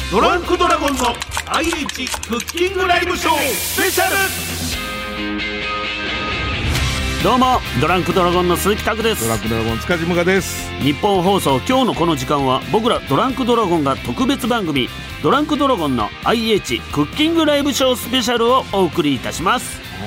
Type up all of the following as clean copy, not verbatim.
ドランクドラゴンの IH クッキングライブショースペシャル。 どうもドランクドラゴンの鈴木拓です。 ドランクドラゴン塚地無我です。 日本放送今日のこの時間は僕らドランクドラゴンが特別番組ドランクドラゴンの IH クッキングライブショースペシャルをお送りいたします。 はい、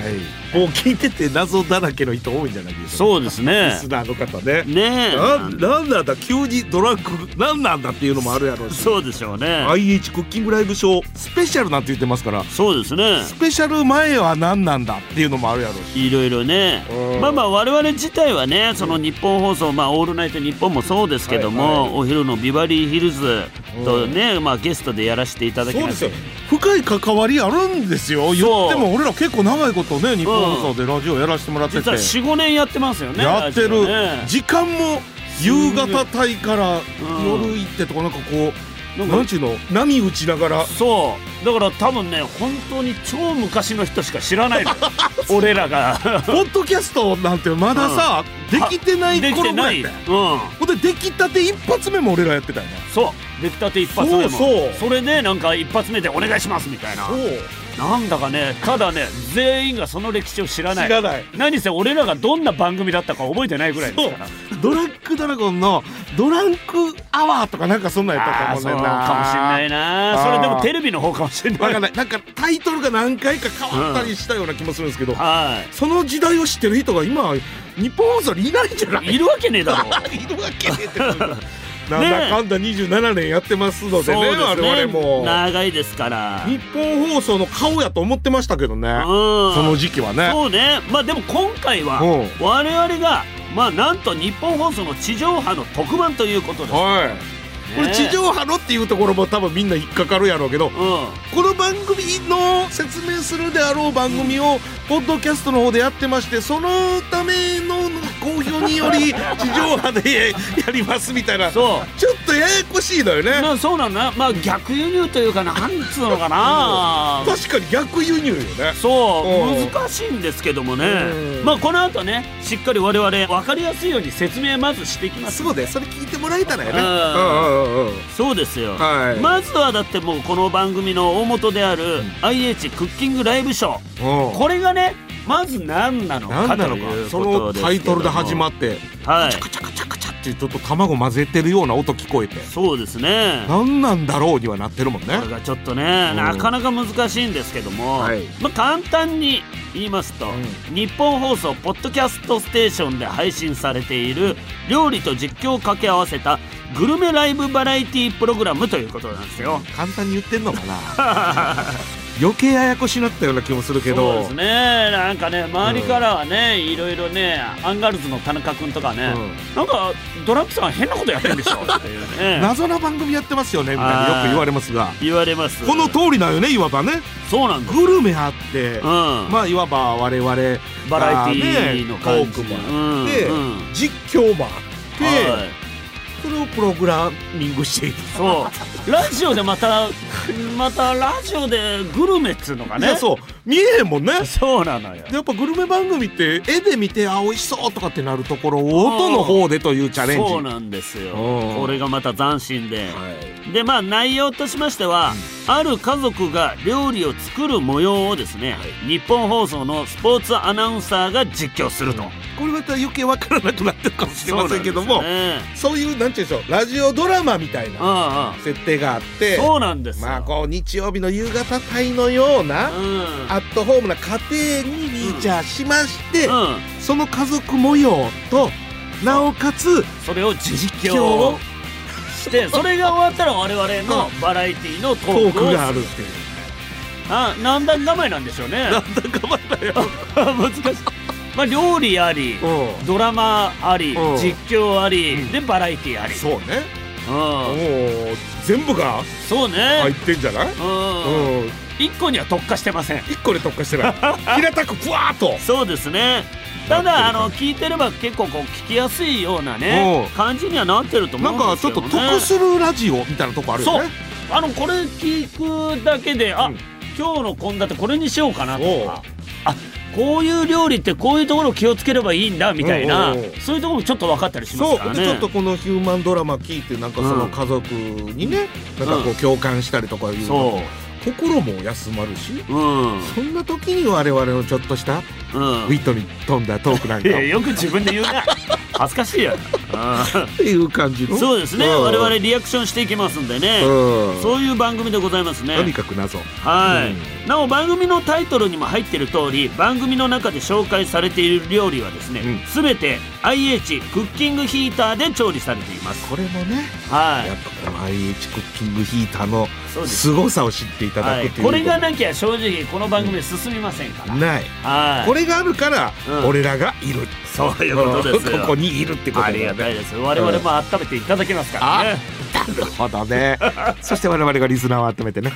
もう聞いてて謎だらけの人多いんじゃないですか。 そうですね。 リスナーの方ね。 ねえ、 なんなんだ急にドランクなんなんだっていうのもあるやろうし。 そうでしょうね。 IH クッキングライブショースペシャルなんて言ってますから。 そうですね。 スペシャル前は何なんだっていうのもあるやろうし、 いろいろね。まあ我々自体はね、その日本放送、オールナイトニッポンもそうですけども、お昼のビバリーヒルズとね、ゲストでやらせていただきました。 そうですよ。深い関わりあるんですよ。言っても俺ら結構長いことね、日本放送でラジオやらせてもらってて、 実は 4,5 年やってますよね。 やってる、 ね、 時間も夕方帯から夜行ってとか、なんかこうなんちゅうの波打ちながら。 そうだから多分ね、本当に超昔の人しか知らないの俺らがポッドキャストなんてまださ、できてない頃ぐらいやったよ。ほんで出来たて一発目も俺らやってたよね。 そう出来たて一発目もそれでなんか一発目でお願いしますみたいな。なんだかね、ただね、全員がその歴史を知らない。何せ俺らがどんな番組だったか覚えてないぐらいですから。 ドラッグドラゴンのドランクアワーとかなんかそんなんやったと思うねんな。 そうかもしれないな。それでもテレビの方かもしれない。 わかんない。なんかタイトルが何回か変わったりしたような気もするんですけど、 はい、 その時代を知ってる人が今日本放送にいないんじゃない？ いるわけねえだろいるわけねえってなんだかんだ27年やってますのでね、我々も長いですから日本放送の顔やと思ってましたけどね、その時期はね。 そうね。でも今回は我々がなんと日本放送の地上波の特番ということです。 これ地上波のっていうところも多分みんな引っかかるやろうけど、この番組の説明するであろう番組をポッドキャストの方でやってまして、そのための好評により地上波でやりますみたいな、ちょっとややこしいのよね。 そうなのな。逆輸入というか、なんつうのかな確かに逆輸入よね。 そう難しいんですけどもね。この後ね、しっかり我々分かりやすいように説明まずしていきます。 そうで、それ聞いてもらえたらよね。 そうですよ。まずはだってもうこの番組の大元である IH クッキングライブショー、これがねまず何なのかというそのタイトルで始まって、カチャカチャカチャカチャってちょっと卵混ぜてるような音聞こえて、 そうですね、 何なんだろうにはなってるもんね。 これがちょっとね、なかなか難しいんですけども、簡単に言いますと、日本放送ポッドキャストステーションで配信されている料理と実況を掛け合わせたグルメライブバラエティプログラムということなんですよ。 簡単に言ってんのかな余計ややこしになったような気もするけど。 そうですね。なんかね、周りからはね、いろいろね、アンガールズの田中君とかね、なんかドラッグさん変なことやってるんでしょっていうね謎な番組やってますよねみたいなよく言われますが、 言われます。 この通りなよね、いわばね。そうなんです。グルメあって、いわば我々バラエティーの感じもあって、実況もあって、それをプログラミングしている。 そうラジオでまたラジオでグルメっつうのがね、 いや、そう見えへんもんね。 そうなのよ。 やっぱグルメ番組って絵で見て、美味しそうとかってなるところを音の方でというチャレンジ。 そうなんですよ。これがまた斬新で、で内容としましては、ある家族が料理を作る模様をですね、日本放送のスポーツアナウンサーが実況すると。 これまた余計分からなくなってるかもしれませんけども、そういうなんていうんでしょう、ラジオドラマみたいな設定があって、 そうなんですよ。 こう日曜日の夕方帯のようなアットホームな家庭にフィーチャーしまして、その家族模様となおかつそれを実況をしてそれが終わったら我々のバラエティのトークがあるっていう。 何段構えなんでしょうね。 何段構えだよ難しい。料理あり、ドラマあり、実況あり、でバラエティあり。 そうね。全部が入ってんじゃない？ 1個には特化してません。 1個で特化してない平たくふわーっと。 そうですね。ただ聞いてれば結構聞きやすいようなね感じにはなってると思うんですけどね。 なんかちょっと得するラジオみたいなとこあるよね。 そうこれ聞くだけで、今日の献立これにしようかなとか、 こういう料理ってこういうところを気をつければいいんだみたいな、そういうところもちょっと分かったりしますからね。 そうでちょっとこのヒューマンドラマ聞いてなんかその家族にね、なんかこう共感したりとかいうの、心も休まるし、そんな時に我々のちょっとしたウィットに富んだトークなんかよく自分で言うな恥ずかしいやっていう感じの。 そうですね、我々リアクションしていきますんでね、そういう番組でございますね。 とにかく謎。 はい、なお番組のタイトルにも入っている通り、番組の中で紹介されている料理はですね、全て IH クッキングヒーターで調理されています。 これもね、 はい、 やっぱこの IH クッキングヒーターの凄さを知っていただくっていう、 これがなきゃ正直この番組進みませんから、 ない、これがあるから俺らがいる、 そういうことですよ。 ここにいるってことだね。 ありがたいです。我々も温めていただけますからね。 なるほどね。そして我々がリスナーを温めてね、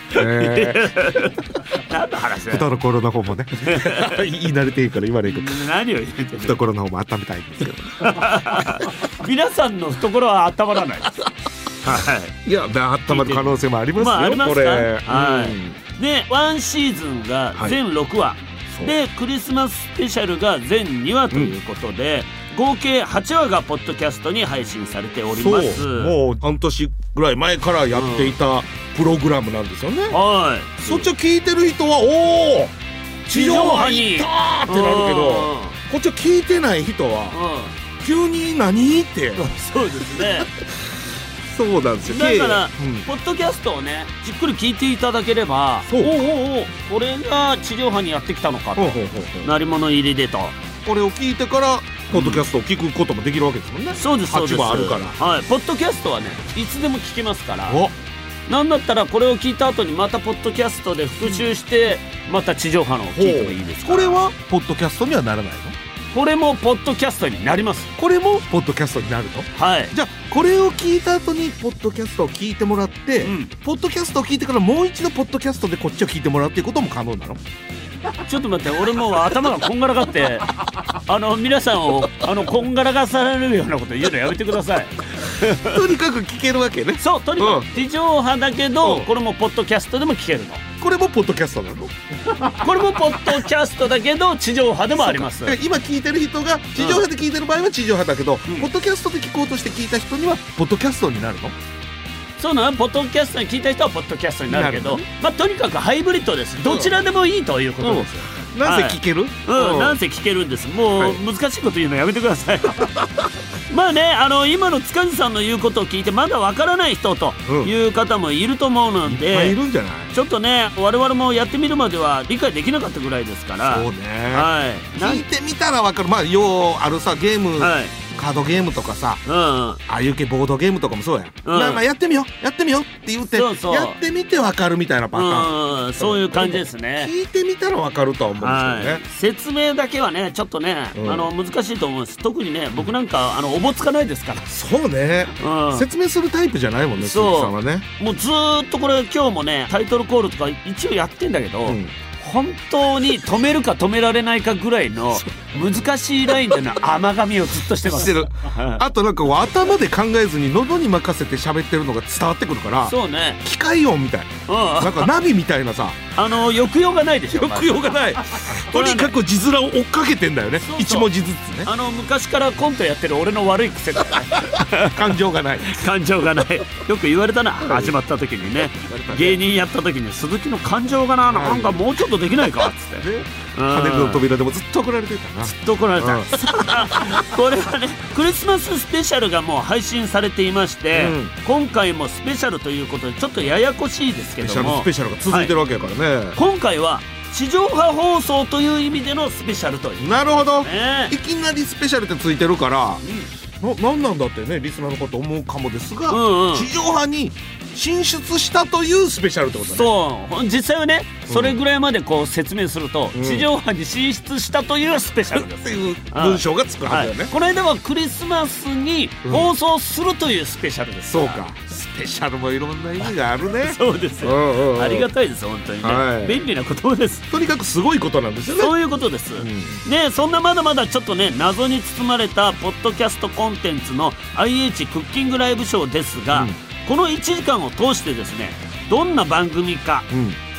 何の話だよ。 懐の方もね言い慣れていいから言われるけど、 何を言ってんの。 懐の方も温めたいんですけど皆さんの懐は温まらないです。はい、 いや温まる可能性もありますよ、 ありますか。 これ、 で1シーズンが全6話、でクリスマススペシャルが全2話ということで、合計8話がポッドキャストに配信されております。 もう半年ぐらい前からやっていたプログラムなんですよね。そっちを聞いてる人はおお地上波に行ったってなるけど、こっちを聞いてない人は急に何ってそうですねそうなんですよ。 だから、ポッドキャストをねじっくり聞いていただければ、これが地上波にやってきたのかと、鳴り物入りでと、 これを聞いてからポッドキャストを聞くこともできるわけですもんね。 そうです、そうです。 8話あるから、 はい、ポッドキャストはねいつでも聞けますから、なんだったらこれを聞いた後にまたポッドキャストで復習して、また地上波のを聞いてもいいですから。 これはポッドキャストにはならないの？ これもポッドキャストになります。 これもポッドキャストになると。 はい。 じゃあこれを聞いた後にポッドキャストを聞いてもらって、ポッドキャストを聞いてからもう一度ポッドキャストでこっちを聞いてもらうっていうことも可能なの？ ちょっと待って、俺もう頭がこんがらがって皆さんをこんがらがされるようなこと言うのやめてくださいとにかく聞けるわけね。 そう、とにかく地上波だけど、これもポッドキャストでも聞けるの。 これもポッドキャストなの？ これもポッドキャストだけど地上波でもあります。 今聞いてる人が地上波で聞いてる場合は地上波だけど、ポッドキャストで聞こうとして聞いた人にはポッドキャストになるの？ そうなの。ポッドキャストに聞いた人はポッドキャストになるけど、とにかくハイブリッドです。どちらでもいいということですよ。 なんせ聞ける？ なんせ聞けるんです。もう難しいこと言うのやめてくださいまあね、今の塚地さんの言うことを聞いてまだわからない人という方もいると思うので、 いっぱいいるんじゃない？ ちょっとね我々もやってみるまでは理解できなかったぐらいですから。 そうね、聞いてみたらわかる。まあようあるさゲーム、カードゲームとかさ、ああいう系ボードゲームとかもそうや、まあやってみようって言ってやってみてわかるみたいなパターン、 そういう感じですね。 聞いてみたらわかるとは思うんですよね。 説明だけはねちょっとね難しいと思うんです。特にね僕なんかおぼつかないですから。 そうね、説明するタイプじゃないもんね、鈴木さんはね。もうずーっとこれ今日もねタイトルコールとか一応やってんだけど、本当に止めるか止められないかぐらいの難しいラインでの甘噛みをずっとしてます。 あとなんか頭で考えずに喉に任せて喋ってるのが伝わってくるから、 そうね、 機械音みたいな、なんかナビみたいなさ抑揚がないでしょ。 抑揚がないとにかく字面を追っかけてんだよね。一文字ずつね。 昔からコントやってる俺の悪い癖だね感情がない感情がない。よく言われたな、始まった時にね、芸人やった時に鈴木の感情がなんかもうちょっとできないかっつって羽の扉でもずっと怒られてたな。 ずっと怒られたこれはねクリスマススペシャルがもう配信されていまして、今回もスペシャルということでちょっとややこしいですけども、 スペシャルが続いてるわけやからね、 今回は地上波放送という意味でのスペシャルという。 なるほど、いきなりスペシャルってついてるから、何なんだってねリスナーのこと思うかもですが、地上波に進出したというスペシャルってことね。 そう実際はね、それぐらいまでこう説明すると、地上波に進出したというスペシャルですっていう文章がつくはずだよね。 この間はクリスマスに放送するというスペシャルですから、 そうか、スペシャルもいろんな意味があるねそうですよ、ありがたいです本当にね、便利な言葉です。 とにかくすごいことなんですよね。 そういうことです、ね。そんなまだまだちょっとね謎に包まれたポッドキャストコンテンツの IH クッキングライブショーですが、この1時間を通してですねどんな番組か、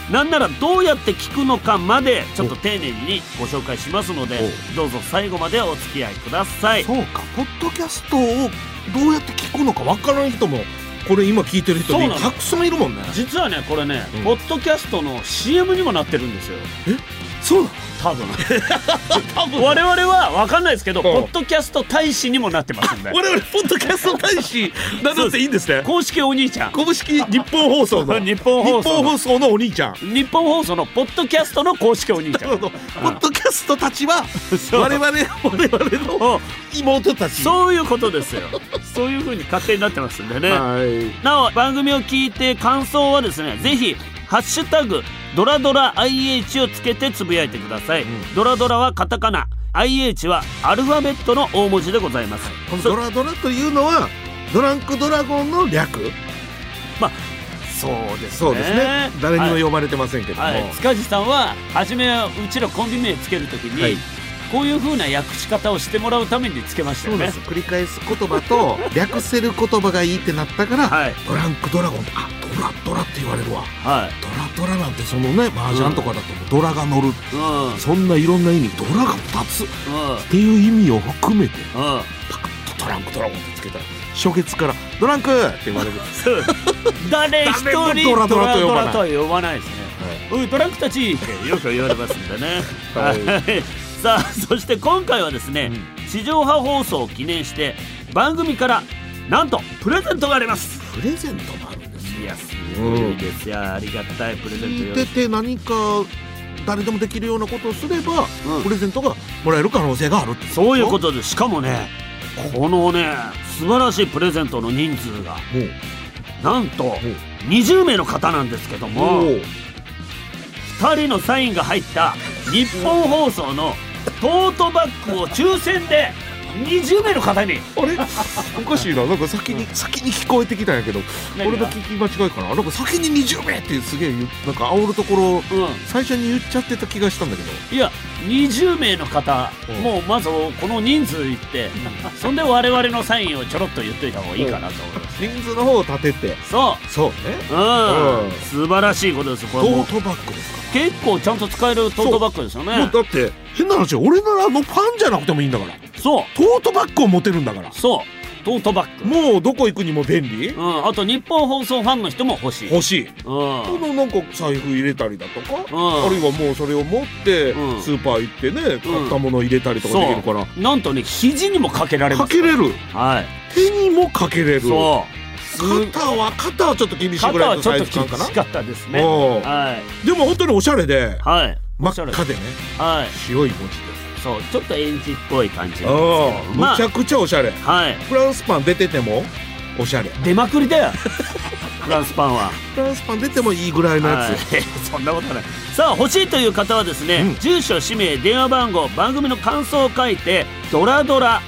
なんならどうやって聞くのかまでちょっと丁寧にご紹介しますので、どうぞ最後までお付き合いください。 そうか、ポッドキャストをどうやって聞くのかわからない人もこれ今聞いてる人にたくさんいるもんね。 実はねこれね、ポッドキャストの CM にもなってるんですよ。 そうなの？ 多分我々は分かんないですけど、ポッドキャスト大使にもなってますんで我々ポッドキャスト大使名乗っていいんですね。 公式お兄ちゃん、 公式日本放送の日本放送のお兄ちゃん、 日本放送のポッドキャストの公式お兄ちゃん。 ポッドキャストたちは我々の妹たち、 そういうことですよ。そういう風に勝手になってますんでね。なお番組を聞いて感想はですね、ぜひハッシュタグドラドラ IH をつけてつぶやいてください。ドラドラはカタカナ、IH はアルファベットの大文字でございます。 このドラドラというのはドランクドラゴンの略。 まあそうですね。 誰にも呼ばれてませんけども、 塚地さんは初めうちらコンビ名つけるときに、こういう風な訳し方をしてもらうためにつけましたよね。 繰り返す言葉と略せる言葉がいいってなったから、ドランクドラゴンってドラって言われるわ。ドラなんてそのね麻雀とかだとドラが乗る、そんないろんな意味、ドラが2つっていう意味を含めてパカッとドランクドラゴンってつけたら初月からドランクって言われる。 誰一人ドラとは呼ばないですね。おいドランクたちってよく言われますんでね。さあそして今回はですね、地上波放送を記念して番組からなんとプレゼントがあります。 プレゼントもあるんです。 いやすごいですよ、ありがたいプレゼント。 聞いてて何か誰でもできるようなことをすれば、プレゼントがもらえる可能性があるって。 そういうことです。しかもねこのね素晴らしいプレゼントの人数がなんと20名の方なんですけども、2人のサインが入った日本放送のトートバッグを抽選で20名の方に。 あれおかしいな、なんか先に聞こえてきたんやけど、俺の聞き間違いかな。なんか先に20名ってすげえなんか煽るところ、最初に言っちゃってた気がしたんだけど、 いや20名の方、もうまずこの人数言ってそんで我々のサインをちょろっと言っといた方がいいかなと思います。 人数の方を立てて。そうね、 素晴らしいことです。これトートバッグですか。 結構ちゃんと使えるトートバッグですよね。だって変な話、俺ならファンじゃなくてもいいんだから。そうトートバッグを持てるんだから。そうトートバッグ、もうどこ行くにも便利。 あと日本放送ファンの人も欲しい。なんか財布入れたりだとか、あるいはもうそれを持ってスーパー行ってね、買ったものを入れたりとかできるから、なんとね肘にもかけられます。かけれる。手にもかけれる。肩はちょっと厳しいぐらいのサイズ感かな。肩はちょっと厳しかったですね。でも本当におしゃれで、真っ赤でね、白い文字で、そうちょっとエンジっぽい感じなんですけど、むちゃくちゃおしゃれ。フランスパン出ててもおしゃれ。出まくりだよフランスパンは。フランスパン出てもいいぐらいのやつ。そんなことない。さあ欲しいという方はですね、住所氏名電話番号番組の感想を書いてドラドラ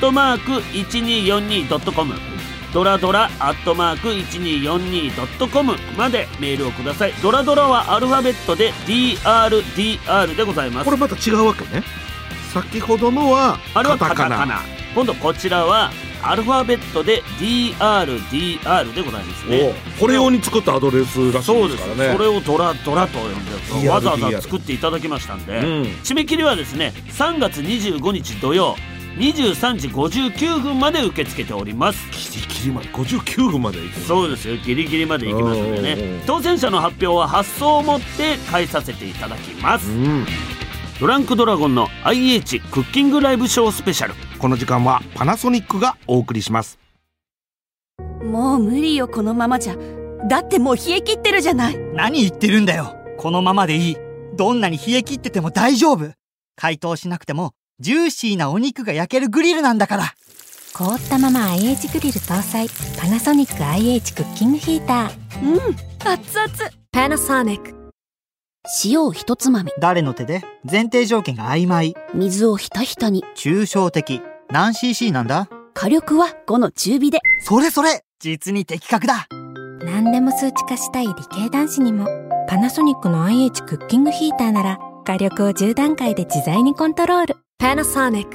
@1242.comドラドラ@1242.com までメールをください。ドラドラはアルファベットで DRDR でございます。これまた違うわけね。先ほどのはカタカナ、今度こちらはアルファベットで DRDR でございますね。これ用に作ったアドレスらしいですからね。そうです。それをドラドラと呼んでわざわざ作っていただきましたんで、締め切りはですね3月25日土曜23時59分まで受け付けております。ギリギリまで59分までいく。そうですよ、ギリギリまでいきますのでね。当選者の発表は発送をもって返させていただきます。ドランクドラゴンの IH クッキングライブショースペシャル。この時間はパナソニックがお送りします。 もう無理よ、このままじゃ。だってもう冷え切ってるじゃない。 何言ってるんだよ。このままでいい。どんなに冷え切ってても大丈夫。解凍しなくてもジューシーなお肉が焼けるグリルなんだから。 凍ったまま IH グリル搭載パナソニック IH クッキングヒーター。 熱々。 パナソニック。塩を一つまみ。 誰の手で？前提条件が曖昧。 水をひたひたに。 抽象的。何 cc なんだ？ 火力は5の中火で。 それ実に的確だ。 何でも数値化したい理系男子にもパナソニックの IH クッキングヒーターなら火力を10段階で自在にコントロール。パナソニック。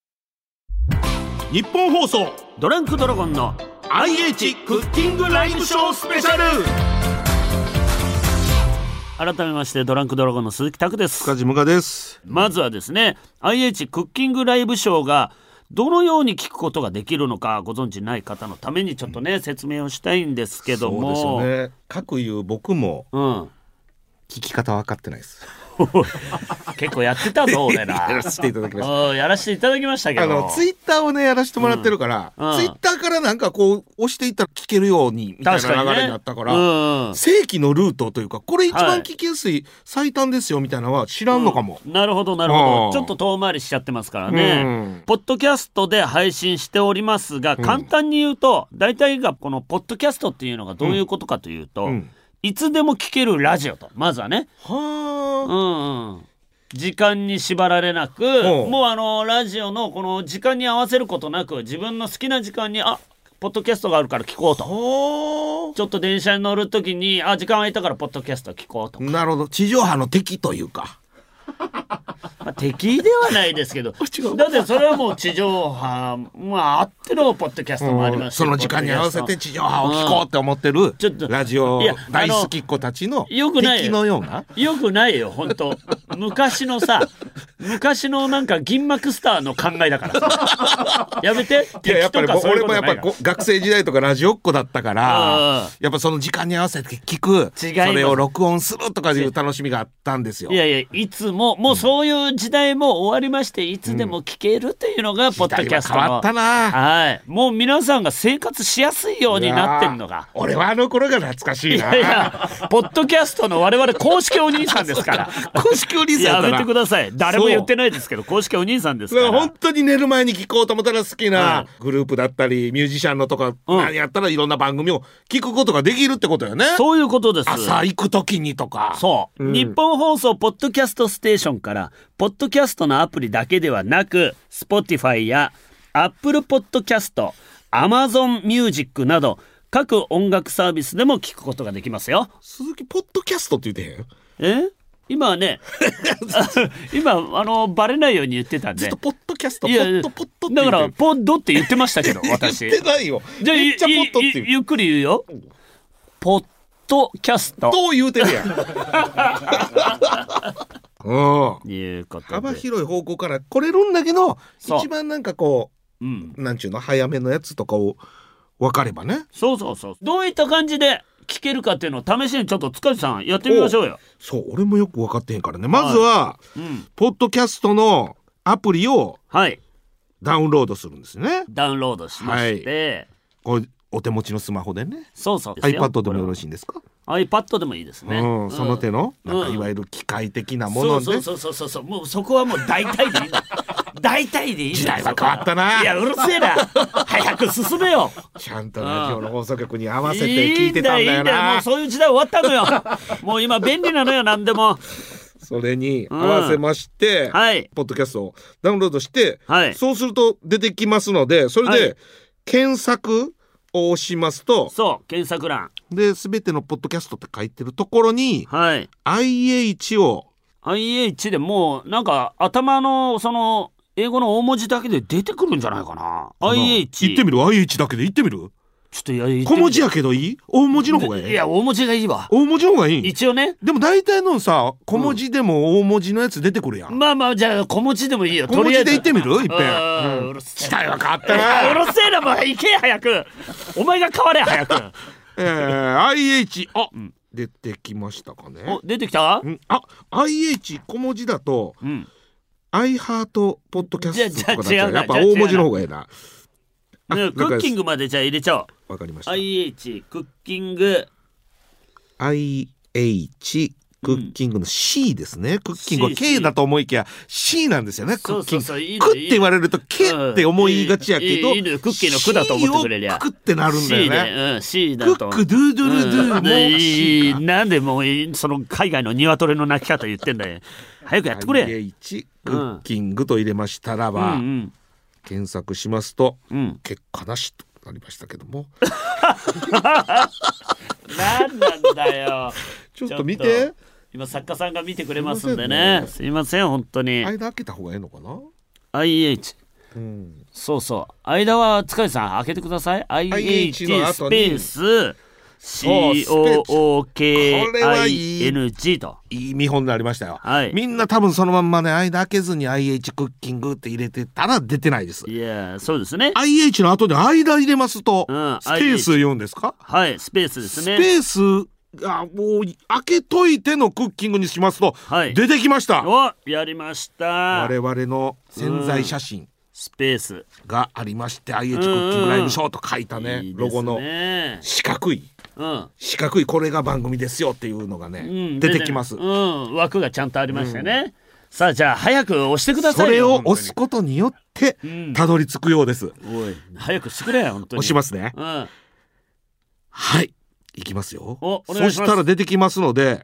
日本放送ドランクドラゴンの IH クッキングライブショースペシャル。 改めましてドランクドラゴンの鈴木拓です。 塚地無我です。 まずはですね IH クッキングライブショーがどのように聞くことができるのかご存知ない方のためにちょっとね説明をしたいんですけども、 そうですよね。各言う僕も聞き方分かってないです結構やってたぞ俺らやらせていただきました。 やらせていただきましたけど、 ツイッターをねやらせてもらってるから、ツイッターからなんかこう押していったら聞けるようにみたいな流れになったから、正規のルートというかこれ一番聞きやすい最短ですよみたいなのは知らんのかも、 なるほどなるほど。ちょっと遠回りしちゃってますからね、ポッドキャストで配信しておりますが、簡単に言うと大体がこのポッドキャストっていうのがどういうことかというと、いつでも聞けるラジオと、まずはね、時間に縛られなく、もうラジオのこの時間に合わせることなく自分の好きな時間にポッドキャストがあるから聞こうと、ちょっと電車に乗るときに時間空いたからポッドキャスト聞こうと。 なるほど。地上波の敵というか敵ではないですけどだってそれはもう地上波あってのポッドキャストもありますし、 その時間に合わせて地上波を聞こうって思ってるラジオ大好きっ子たちの敵のような。 よくないよ本当昔のなんか銀幕スターの考えだからさやめて。 いややっぱり俺もやっぱ学生時代とかラジオっ子だったからやっぱその時間に合わせて聞く、それを録音するとかいう楽しみがあったんですよ。 いやいつももうそういう時代も終わりまして、いつでも聞けるというのがポッドキャストの変わったな。 はい、もう皆さんが生活しやすいようになってるのが。 俺は頃が懐かしいな。 いやポッドキャストの我々公式お兄さんですから公式お兄さんやめてください。誰も言ってないですけど公式お兄さんですから。 本当に寝る前に聞こうと思ったら好きなグループだったりミュージシャンのとか何やったらいろんな番組を聞くことができるってことよね。 そういうことです。 朝行く時にとか。 そう、日本放送ポッドキャストステーションからポッドキャストのアプリだけではなく Spotify や Apple Podcast、Amazon Music など各音楽サービスでも聞くことができますよ。 鈴木ポッドキャストって言ってへん？ 今はね今バレないように言ってたんでずっとポッドキャストポッドってだからポッドって言ってましたけど私言ってないよ。 じゃあめっちゃポッドってゆっくり言うよ。ポッドキャストと言うてるやんいうことで幅広い方向から来れるんだけど、一番なんかこう、なんちゅうの早めのやつとかを分かればね。 そうどういった感じで聞けるかっていうのを試しにちょっと塚地さんやってみましょうよ。 そう俺もよく分かってへんからね。まずは、ポッドキャストのアプリをダウンロードするんですね。 ダウンロードしまして、 これお手持ちのスマホでね。 そう iPad でもよろしいんですか ？iPad でもいいですね、 その手のなんかいわゆる機械的なもので、 そうもうそこはもう大体でいいの大体でいいの。 時代は変わったな。 いやうるせえな早く進めよ。 ちゃんとラジオの放送局に合わせて聞いてたんだよな。 いいんだよもうそういう時代終わったのよもう今便利なのよ何でも。 それに合わせまして、ポッドキャストをダウンロードして、そうすると出てきますので、それで検索を押しますと、 そう検索欄で全てのポッドキャストって書いてるところに、IH を IH でもうなんか頭のその英語の大文字だけで出てくるんじゃないかな。IH 言ってみる。 IH だけで言ってみる。 ちょっと小文字やけどいい？大文字の方がいい？ いや大文字がいいわ。 大文字の方がいい一応ね。 でも大体のさ小文字でも大文字のやつ出てくるやん、 まあじゃあ小文字でもいいよ。 小文字で言ってみる？いっぺん、 うるせえ。 時代は変わったな。 うるせえなもう行け早く。お前が変われ早く IH 出てきましたかね。 出てきた？ IH 小文字だと、I heart ポッドキャストとかやっぱ大文字の方がいいな。 クッキングまでじゃあ入れちゃおう。 わかりました。 IH クッキング IH クッキングの C ですね。クッキングは K だと思いきや C なんですよね。クッキングクって言われると K って思いがちやけど、 クッキーのクだと思ってくれりゃクってなるんだよね。 C だとクックドゥードゥルドゥも C か。 なんでもうその海外の鶏の鳴き方言ってんだよ。早くやってくれ。 IH クッキングと入れましたらば、検索しますと、結果なしとなりましたけどもなんなんだよちょっと見て。 今作家さんが見てくれますんでね。すいません本当に。 間開けた方がいいのかな。 IH、そう間は塚地さん開けてください。IH スペース COOKING といい見本になりましたよ、 はい、 みんな多分そのまんまね間開けずに IH クッキングって入れてたら出てないです。 いやそうですね。 IH の後で間入れますと、スペース言うんですか。 はい、スペースですね。 スペースがもう開けといてのクッキングにしますと、はい、出てきました。 お、やりました。 我々の潜在写真、 スペースがありまして IH クッキングライブショーと書いたね、ロゴの四角い、四角いこれが番組ですよっていうのがね、出てきます、 枠がちゃんとありましてね、さあじゃあ早く押してくださいよ。 それを押すことによってたどり着くようです、 おい早くしてくれよ本当に。 押しますね、はいいきますよ。 お願いします。 そしたら出てきますので、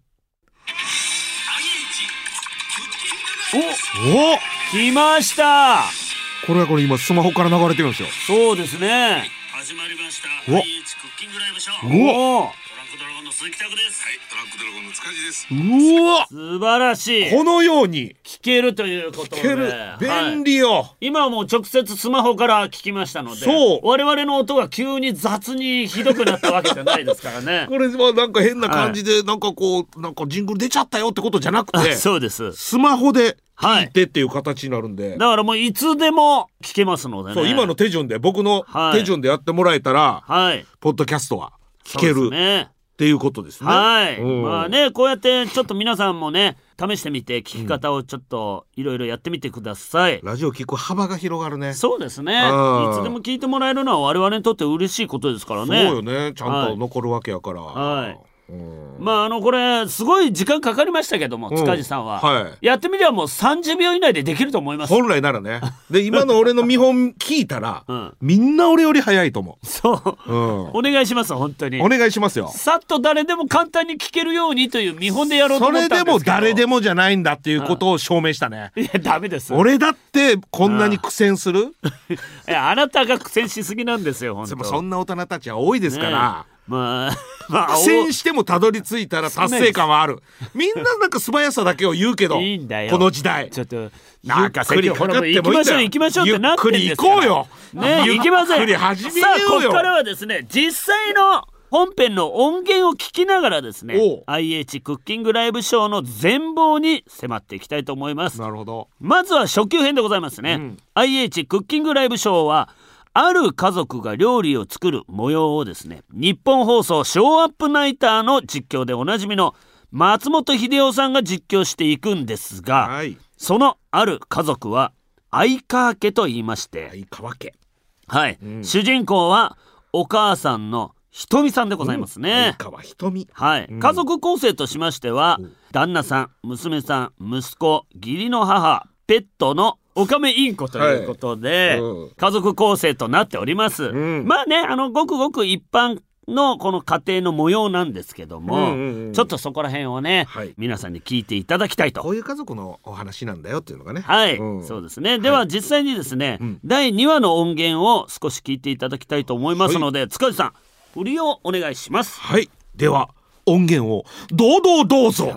お来ました。 これは今スマホから流れてるんですよ。 そうですね。 始まりました。 お IH クッキングライブショー。 おトランクドラゴンの鈴木拓です。はい、トランクドラゴンの塚地です。 うわ素晴らしい。 このように聞けるということで、 聞ける便利よ、 今はもう直接スマホから聞きましたので、 そう我々の音が急に雑にひどくなったわけじゃないですからねこれはなんか変な感じで、なんかこうなんかジングル出ちゃったよってことじゃなくて、 そうです。 スマホで聞いてっていう形になるんで、 だからもういつでも聞けますのでね。 そう今の手順で僕の手順でやってもらえたら、ポッドキャストは聞ける、っていうことですね。 はい、まあねこうやってちょっと皆さんもね試してみて聞き方をちょっといろいろやってみてください、 ラジオ聞く幅が広がるね。 そうですね。いつでも聞いてもらえるのは我々にとって嬉しいことですからね。 そうよね、ちゃんと残るわけやから、 まあこれすごい時間かかりましたけども、塚地さんは、やってみればもう30秒以内でできると思います。 本来ならね。で今の俺の見本聞いたら、みんな俺より早いと思う。 そう、お願いします本当に。 お願いしますよ。 さっと誰でも簡単に聞けるようにという見本でやろうと思ったんですけど、 それでも誰でもじゃないんだっていうことを証明したね。 いやダメです。 俺だってこんなに苦戦するいやあなたが苦戦しすぎなんですよ本当。 でもそんな大人たちは多いですから、 まあ苦戦してもたどり着いたら達成感はある。みんななんか素早さだけを言うけどいいんだよこの時代ちょっとなんかゆっくりかかってもいいんだよ。 行きましょうってなってんですから。 ゆっくり行こうよ、 ね、行きません。 ゆっくり始めようよ。 さあここからはですね実際の本編の音源を聞きながらですね IH クッキングライブショーの全貌に迫っていきたいと思います。 なるほど。 まずは初級編でございますね、IH クッキングライブショーはある家族が料理を作る模様をですね日本放送ショーアップナイターの実況でおなじみの松本秀夫さんが実況していくんですが、そのある家族は相川家と言いまして、 相川家、 主人公はお母さんのひとみさんでございますね。 相川ひとみ、 家族構成としましては、旦那さん、娘さん、息子、義理の母、ペットのおかめインコということで、家族構成となっております、まあねごくごく一般のこの家庭の模様なんですけども、ちょっとそこら辺をね、皆さんに聞いていただきたいと。 こういう家族のお話なんだよっていうのがね。 そうですね。では実際にですね、第2話の音源を少し聞いていただきたいと思いますので、塚地さん振りをお願いします。 はい、では音源をどうぞ。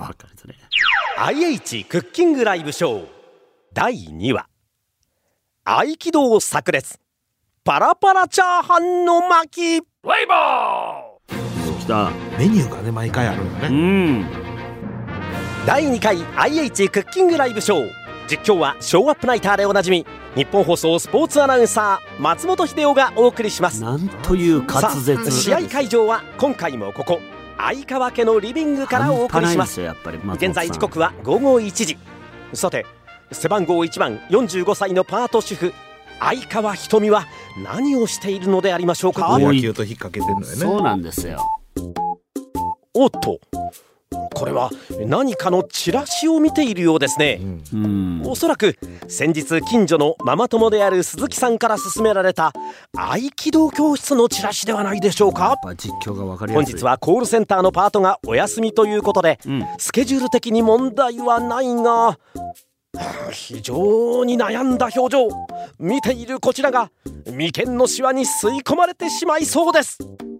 IH クッキングライブショー第2話、合気道炸裂パラパラチャーハンの巻きライバー。来た。 メニューがね毎回あるんだね。 第2回 IH クッキングライブショー、実況はショーアップナイターでおなじみ日本放送スポーツアナウンサー松本秀夫がお送りします。 なんという滑舌。 試合会場は今回もここ相川家のリビングからお送りします。現在時刻は午後1時。さて背番号1番45歳のパート主婦相川ひとみは何をしているのでありましょうか。 野球と引っ掛けてるのよね。 そうなんですよ。 おっとこれは何かのチラシを見ているようですね。おそらく先日近所のママ友である鈴木さんから勧められた合気道教室のチラシではないでしょうか。 実況が分かりやすい。 本日はコールセンターのパートがお休みということで、スケジュール的に問題はないが非常に悩んだ表情。見ているこちらが眉間のシワに吸い込まれてしまいそうです。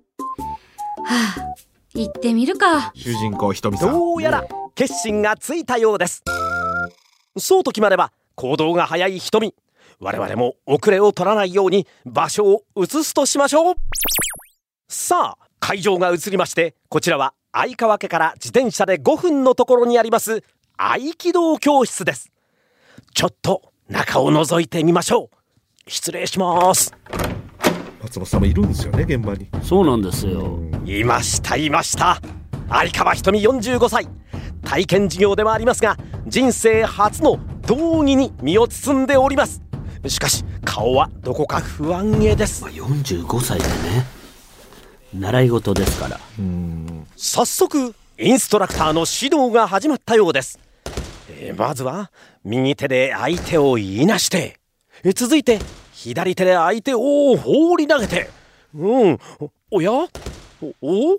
行ってみるか。 主人公ひとみさん、 どうやら決心がついたようです。そうと決まれば行動が早いひとみ、我々も遅れを取らないように場所を移すとしましょう。さあ会場が移りまして、こちらは相川家から自転車で5分のところにあります合気道教室です。ちょっと中を覗いてみましょう。失礼します。 松本さんもいるんですよね、現場に。 そうなんですよ。 いましたいました。相川ひとみ45歳。体験授業ではありますが、人生初の道着に身を包んでおります。しかし顔はどこか不安げです。 45歳でね、習い事ですから。 早速インストラクターの指導が始まったようです。まずは右手で相手をいなして、続いて左手で相手を放り投げて、おやお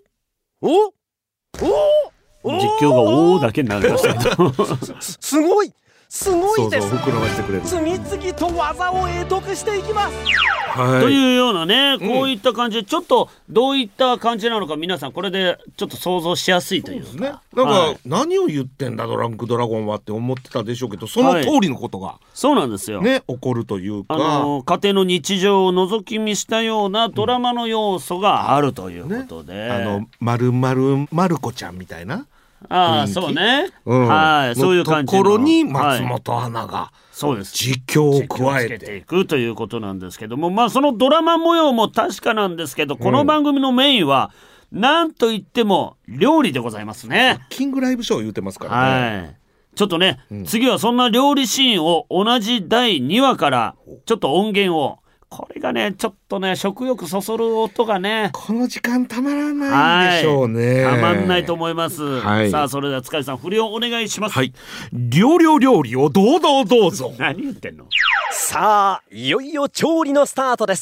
実況がおーだけになりましたけどすごいです。 膨らましてくれる。 次々と技を得得していきます。 というようなね、こういった感じで、ちょっとどういった感じなのか皆さんこれでちょっと想像しやすいというか。 そうですね。なんか、何を言ってんだドランクドラゴンはって思ってたでしょうけど、その通りのことが、 そうなんですよね、起こるというか、 家庭の日常を覗き見したようなドラマの要素があるということで、 丸々まる子ちゃんみたいな、 そうね、そういう感じのところに松本アナが、 そうです、 実況を加えていくということなんですけども、そのドラマ模様も確かなんですけど、この番組のメインはなんといっても料理でございますね。 キングライブショー言うてますからね。 ちょっとね、次はそんな料理シーンを同じ第2話からちょっと音源を、これがねちょっとね食欲そそる音がね、 この時間たまらないでしょうね。 たまんないと思います。さあそれでは塚地さん、振りをお願いします。 料理をどうぞどうぞ。 何言ってんの。 さあいよいよ調理のスタートです。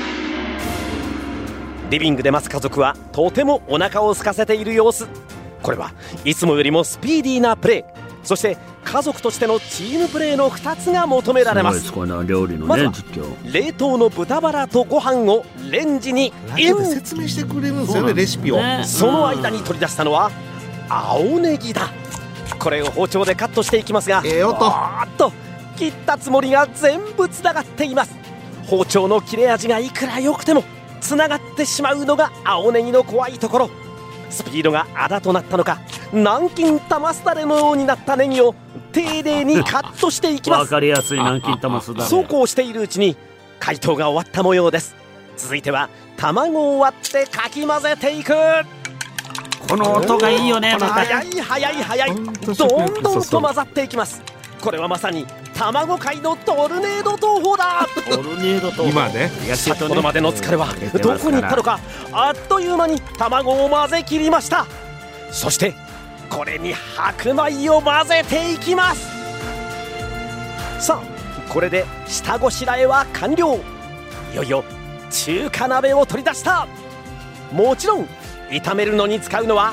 リビングで待つ家族はとてもお腹を空かせている様子。これはいつもよりもスピーディーなプレー、そして家族としてのチームプレーの2つが求められます。 この料理のね、 まずは冷凍の豚バラとご飯をレンジにイン。 説明してくれるんですよね、レシピを。 その間に取り出したのは青ネギだ。これを包丁でカットしていきますが、おっと切ったつもりが全部つながっています。包丁の切れ味がいくら良くてもつながってしまうのが青ネギの怖いところ。スピードがあだとなったのか、南京玉すだれのようになったネギを丁寧にカットしていきます。 わかりやすい南京玉すだれ。 そうこうしているうちに解凍が終わった模様です。続いては卵を割ってかき混ぜていく。 この音がいいよね。 早いどんどんと混ざっていきます。これはまさに卵界のトルネード投法だ。 トルネード投法、 今ね、 先ほどまでの疲れはどこに行ったのか、あっという間に卵を混ぜ切りました。そしてこれに白米を混ぜていきます。さあこれで下ごしらえは完了。いよいよ中華鍋を取り出した。もちろん炒めるのに使うのは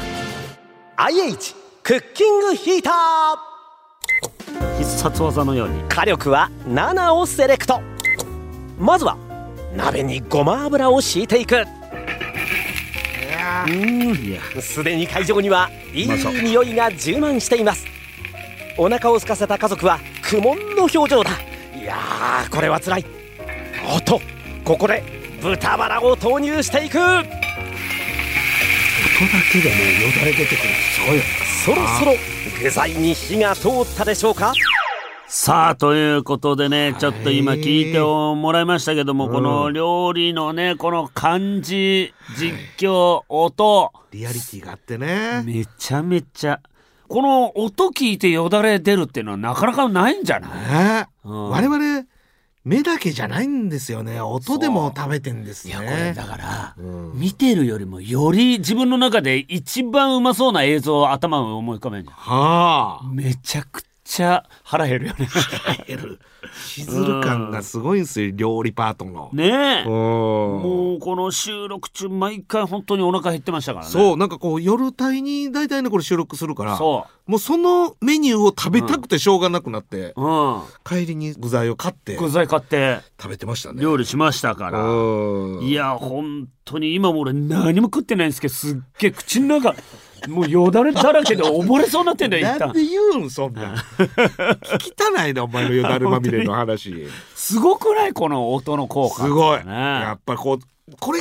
IH クッキングヒーター。 必殺技のように火力は7をセレクト。まずは鍋にごま油を敷いていく。すでに会場にはいい匂いが充満しています。お腹を空かせた家族は苦悶の表情だ。いやー、これはつらい。おっと、ここで豚バラを投入していく。音だけでね、よだれ出てくる。 そろそろ具材に火が通ったでしょうか。 さあということでね、ちょっと今聞いてもらいましたけども、この料理のね、この感じ、実況、音、 リアリティがあってね、 めちゃめちゃこの音聞いてよだれ出るっていうのはなかなかないんじゃない？ 我々目だけじゃないんですよね。音でも食べてんですね。 いや、これだから、見てるよりもより自分の中で一番うまそうな映像を頭を思い浮かべるんじゃん。めちゃくちゃ腹減るよね。 腹減る。しずる感がすごいんですよ、料理パートの。 ねえ。もうこの収録中毎回本当にお腹減ってましたからね。 そう、なんかこう夜帯に大体ねこれ収録するから、もうそのメニューを食べたくてしょうがなくなって、帰りに具材を買って食べてましたね。料理しましたから。いや本当に今も俺何も食ってないんですけど、すっげえ口の中もうよだれだらけで溺れそうになってんだよ。 なんで言うんそんな聞きたないなお前のよだれまみれの話。 すごくないこの音の効果、ね、 すごい。やっぱりこれが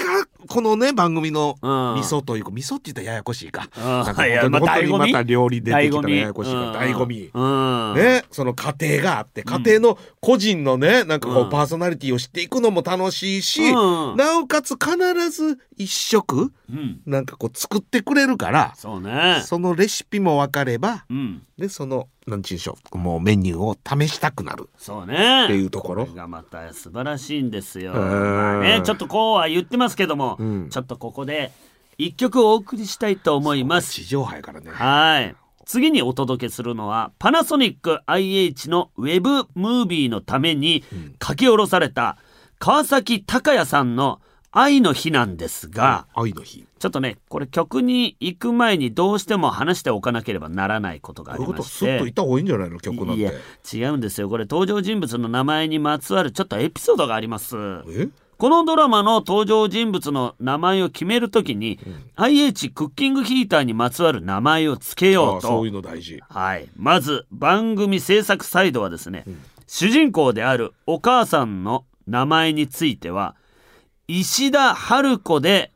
このね番組の味噌というか、味噌って言ったらややこしいか、なんか本当にまた料理出てきたらややこしいから醍醐味、ね、その過程があって、家庭の個人のねなんかこうパーソナリティを知っていくのも楽しいし、なおかつ必ず一食なんかこう作ってくれるから、 そうね、 そのレシピも分かれば、でそのなんちゅうんでしょう、もうメニューを試したくなる、 そうねっていうところ、 これがまた素晴らしいんですよ。まあね、ちょっとこうは言ってますけども、ちょっとここで一曲お送りしたいと思います。 地上波やからね。 はい。次にお届けするのはパナソニック IH のウェブムービーのために書き下ろされた川崎隆也さんの愛の日なんですが、 愛の日、 ちょっとねこれ曲に行く前にどうしても話しておかなければならないことがありまして、 スッといった方がいいんじゃないの、曲なんて。 いや違うんですよ。これ登場人物の名前にまつわるちょっとエピソードがあります。このドラマの登場人物の名前を決めるときに、IH クッキングヒーターにまつわる名前をつけようと。 そういうの大事。 はい、まず番組制作サイドはですね、主人公であるお母さんの名前については石田春子で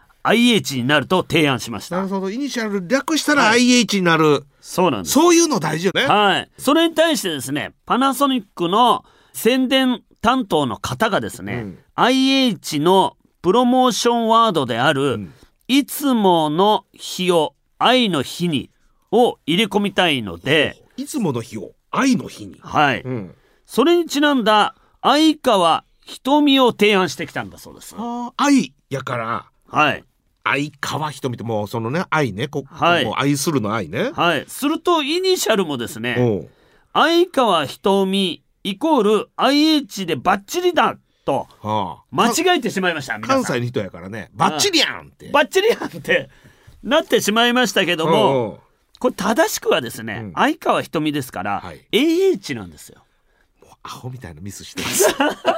IH になると提案しました。 なるほど、イニシャル略したら IH になる、 そうなんです。 そういうの大事よね。 はい、それに対してですね、パナソニックの宣伝担当の方がですね、IH のプロモーションワードである、いつもの日を愛の日にを入れ込みたいので、 いつもの日を愛の日に、 はい、それにちなんだ相川瞳を提案してきたんだそうです。 愛やから、 はい、 相川瞳ってもうそのね愛ね、 はい、 もう愛するの愛ね、 はい、するとイニシャルもですね、相川瞳イコール IH でバッチリだと間違えてしまいました。 関西の人やからね、バッチリやんってバッチリやんってなってしまいましたけども、これ正しくはですね、相川瞳ですから、AH なんですよ。 もうアホみたいなミスしてます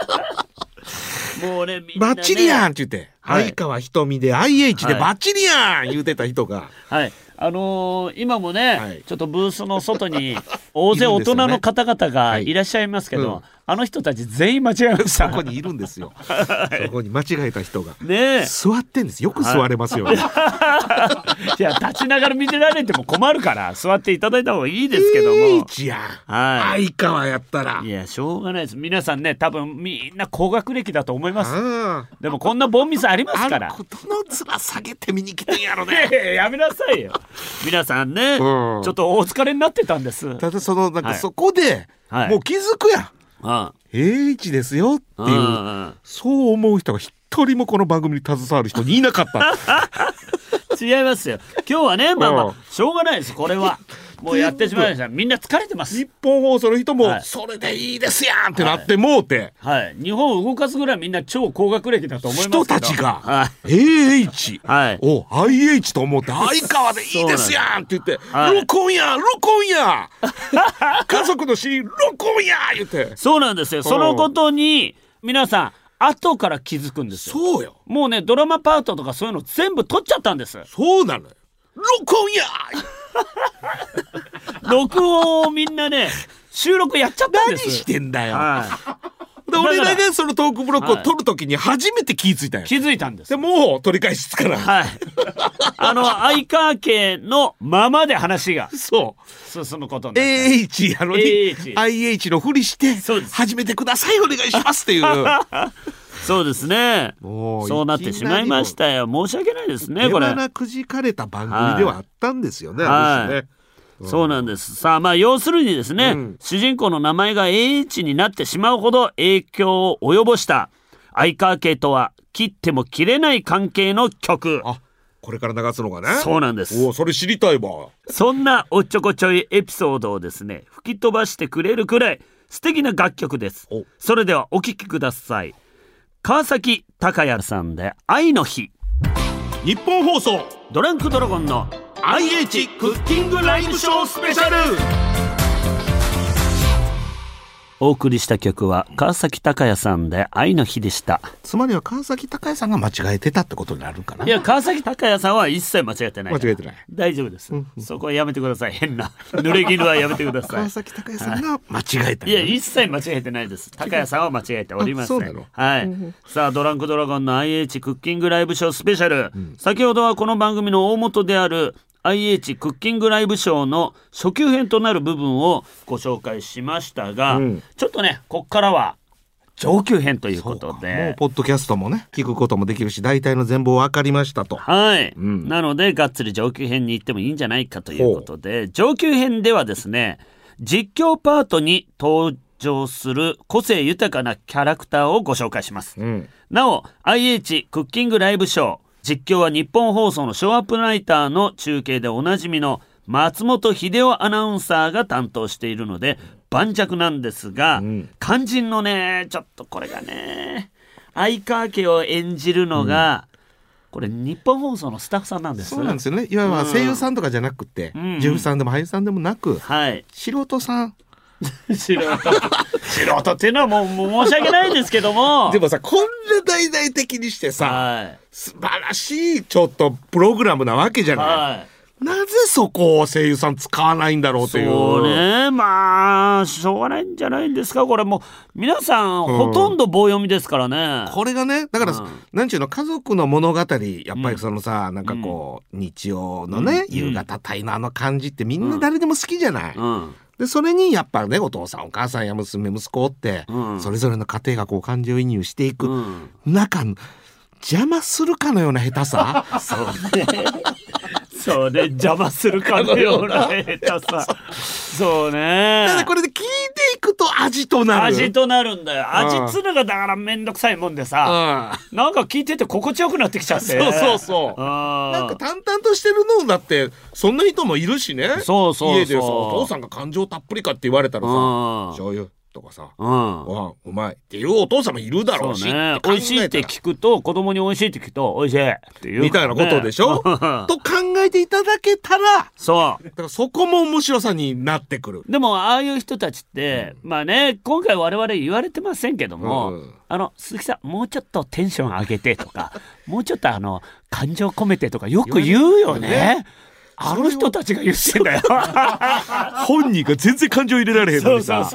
もうね、みんなね、 バッチリやんって言って、相川瞳で IH でバッチリやん言うてた人が、 はい、今もね、ちょっとブースの外に大勢大人の方々がいらっしゃいますけど、あの人たち全員間違えました。 そこにいるんですよ、そこに間違えた人が、 ね、 座ってんです。よく座れますよね、 いや立ちながら見てられても困るから座っていただいた方がいいですけども、 IH やん、相川やったら、 いやしょうがないです。皆さんね多分みんな高学歴だと思います。でもこんなボンミスありますから、 どの面下げて見に来てんやろねやめなさいよ皆さんね、ちょっとお疲れになってたんです。 ただそのなんかそこで、もう気づくやん、AH ですよっていう、そう思う人が一人もこの番組に携わる人にいなかった違いますよ。今日はね、まあしょうがないです。これはもうやってしまいました。みんな疲れてます。 日本放送の人も、それでいいですやんってなってもうて、 日本を動かすぐらいみんな超高学歴だと思いますけど、 人たちが、AH を IH と思って相川でいいですやんって言って、録音や家族のシーン録音や言って、 そうなんですよ。そのことに皆さん後から気づくんですよ。 そうよ。 もうねドラマパートとかそういうの全部撮っちゃったんです。 そうなのよ。録音や録音をみんなね収録やっちゃったんです。 何してんだよ、で俺らがそのトークブロックを撮るときに初めて気づいたよ。 気づいたんです。 でもう取り返しつかない、 相川家のままで話がそうそのことになった。 AH やのに IH のふりして始めてくださいお願いしますっていうそうですね。そうなってしまいましたよ。申し訳ないですね。これ手間なくじかれた番組ではあったんですよね。 そうなんです。さあ要するにですね、主人公の名前が AH になってしまうほど影響を及ぼした相川家とは切っても切れない関係の曲。 これから流すのがね。 そうなんです。 それ知りたいわ。 そんなおっちょこちょいエピソードをですね吹き飛ばしてくれるくらい素敵な楽曲です。それではお聴きください。川崎隆也さんで愛の日。 日本放送ドランクドラゴンの IH クッキングライブショースペシャル。 お送りした曲は川崎隆也さんで愛の日でした。 つまりは川崎隆也さんが間違えてたってことになるかな。 いや、川崎隆也さんは一切間違えてない。 間違えてない。 大丈夫です、そこはやめてください。変な濡れ衣はやめてください。 川崎隆也さんが間違えた、 いや、一切間違えてないです。隆也さんは間違えておりません。はい、さあドランクドラゴンの IH クッキングライブショースペシャル、先ほどはこの番組の大元であるIH クッキングライブショーの初級編となる部分をご紹介しましたが、ちょっとねこっからは上級編ということで、 もうポッドキャストもね聞くこともできるし、大体の全貌分かりましたと。 はい、なのでがっつり上級編に行ってもいいんじゃないかということで、上級編ではですね、実況パートに登場する個性豊かなキャラクターをご紹介します、なお IH クッキングライブショー実況は日本放送のショーアップナイターの中継でおなじみの松本秀夫アナウンサーが担当しているので盤石なんですが、肝心のねちょっとこれがね相川家を演じるのが、これ日本放送のスタッフさんなんです。 そうなんですよね。いわゆる声優さんとかじゃなくて、女優さんでも俳優さんでもなく、素人さん素人っていうのはもう申し訳ないですけどもでもさ、こんな大々的にしてさ、素晴らしいちょっとプログラムなわけじゃない、なぜそこを声優さん使わないんだろうという。 そうね、まあしょうがないんじゃないんですか。これもう皆さん、ほとんど棒読みですからね。 これがね、だから、なんちゅうの、家族の物語、やっぱりそのさ、なんかこう、日曜のね、夕方帯のあの感じってみんな誰でも好きじゃない、でそれにやっぱね、お父さんお母さんや娘息子って、それぞれの家庭がこう感情移入していく、中邪魔するかのような下手さそうね邪魔するかのような下手さそうね。 ただこれで聞いていくと味となるんだよ。味つるがだからめんどくさいもんでさ、なんか聞いてて心地よくなってきちゃって。 そうなんか淡々としてるのだってそんな人もいるしね。家でさ、お父さんが感情たっぷりかって言われたらさ、醤油とかさ、ご飯うまいっていうお父さんもいるだろうし、 美味しいって聞くと、子供に美味しいって聞くと美味しいっていう、 みたいなことでしょと考えていただけたら、だからそこも面白さになってくる。 でもああいう人たちって、まあね、今回我々言われてませんけども、鈴木さんもうちょっとテンション上げてとかもうちょっと感情込めてとかよく言うよね。あの人たちが言ってんだよ本人が全然感情入れられへんのにさ。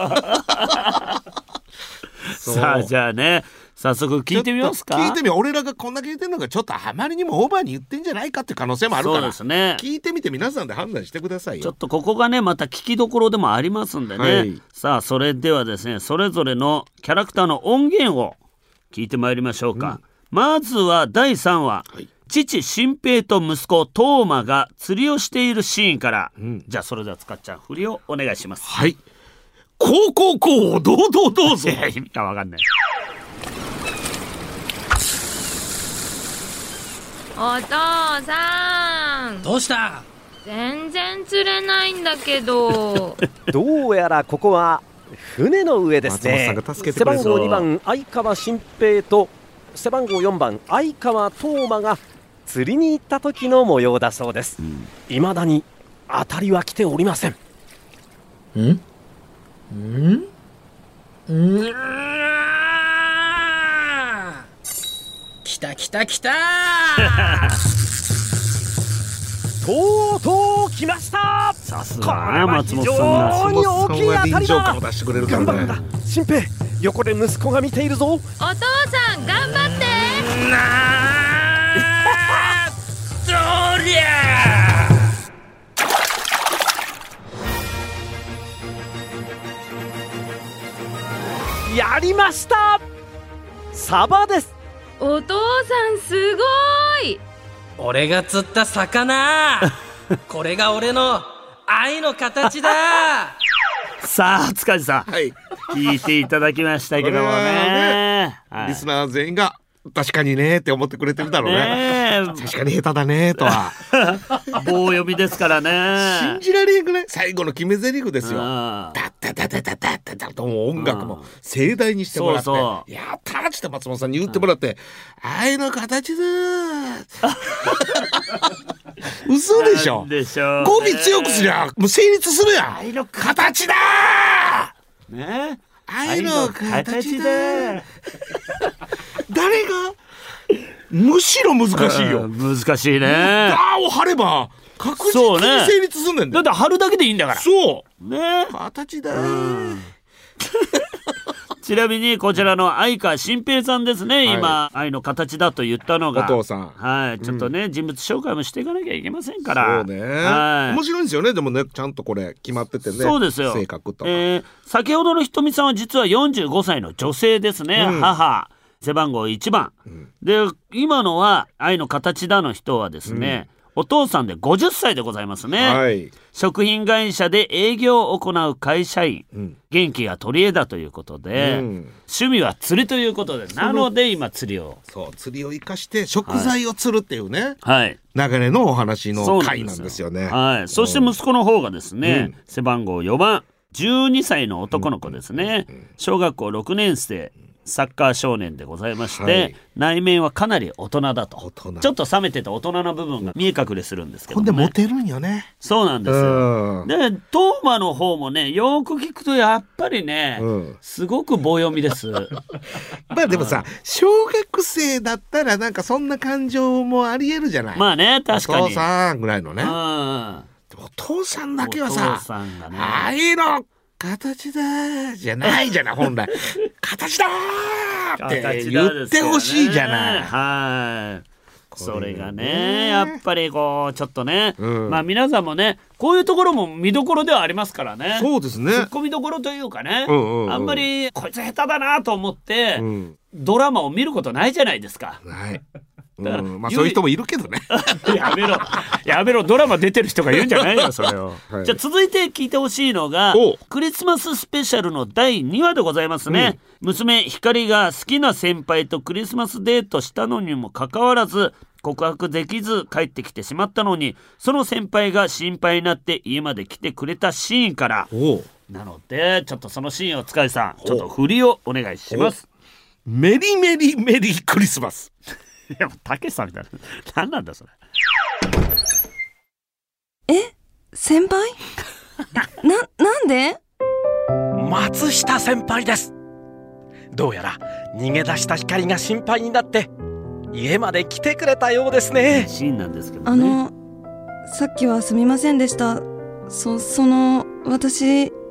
さあじゃあね、早速聞いてみますか。 聞いてみよう。俺らがこんだけ言ってんのがちょっとあまりにもオーバーに言ってんじゃないかっていう可能性もあるから、 そうですね、 聞いてみて皆さんで判断してくださいよ。 ちょっとここがねまた聞きどころでもありますんでね、さあそれではですね、それぞれのキャラクターの音源を聞いてまいりましょうか、まずは第3話、父新平と息子トーマが釣りをしているシーンから、じゃあそれではつかっちゃん振りをお願いします。 はい、こうどうぞ。 いや意味がわかんない。 お父さん、 どうした？ 全然釣れないんだけどどうやらここは船の上ですね。背番号2番相川新平と背番号4番相川斗真が釣りに行った時の模様だそうです。未だに当たりは来ておりません。 来たとうとう来ました。 さすが松本さん、 非常に大きい当たりだ。 頑張るんだ新平、横で息子が見ているぞ。お父さん頑張って。 そりゃやりました。サバです。 お父さんすごい。 俺が釣った魚これが俺の愛の形ださあ塚地さん、聞いていただきましたけどもね、 リスナー全員が確かにねって思ってくれてるだろうね。確かに下手だねとは棒読みですからね。 信じられなくない？最後の決め台詞ですよ。ダッダダダダダダダと音楽も盛大にしてもらって、やったーって松本さんに言ってもらって、愛の形だ嘘でしょ。語尾強くすりゃもう成立するやん。愛の形だね、 愛の形だ誰がむしろ難しいよ。 難しいね。 あを張れば確実に成立すんねんだって貼るだけでいいんだから。 そうね、 形だちなみにこちらの相川新平さんですね、今愛の形だと言ったのがお父さん、 はい、ちょっとね、人物紹介もしていかなきゃいけませんから。 そうね、面白いんですよね。でもね、ちゃんとこれ決まっててね。 そうですよ。 性格とか、 先ほどのひとみさんは実は45歳の女性ですね、母、背番号1番、で今のは愛の形だの人はですね、お父さんで50歳でございますね、食品会社で営業を行う会社員、元気が取り柄だということで、趣味は釣りということで、なので今釣りを生かして食材を釣るっていうね、流れのお話の回なんですよね。 そして息子の方がですね、背番号4番12歳の男の子ですね、小学校6年生サッカー少年でございまして、内面はかなり大人だと。ちょっと冷めてた大人な部分が見え隠れするんですけど、ね、 ほんでモテるんよね。 そうなんですよ。でトーマの方もね、よく聞くとやっぱりね、すごく棒読みですまあでもさ、小学生だったらなんかそんな感情もありえるじゃない。 まあね、確かにお父さんぐらいのね。でもお父さんだけはさ、愛の形だじゃないじゃない本来形だって言ってほしいじゃない。 それがね、やっぱりこうちょっとね、まあ皆さんもね、こういうところも見どころではありますからね。 そうですね、 ツッコミどころというかね、あんまりこいつ下手だなと思って、ドラマを見ることないじゃないですか。 ない。まあそういう人もいるけどねやめろドラマ出てる人が言うんじゃないよそれを、じゃあ続いて聞いてほしいのがクリスマススペシャルの第2話でございますね、娘光が好きな先輩とクリスマスデートしたのにもかかわらず告白できず帰ってきてしまったのに、その先輩が心配になって家まで来てくれたシーンからなので、ちょっとそのシーンを塚地さんちょっと振りをお願いします。 メリメリメリークリスマスいや、たけしさんみたいな。何なんだそれ。 先輩なんで？ 松下先輩です。どうやら逃げ出した光が心配になって家まで来てくれたようですね。 シーンなんですけどね。 さっきはすみませんでした。私好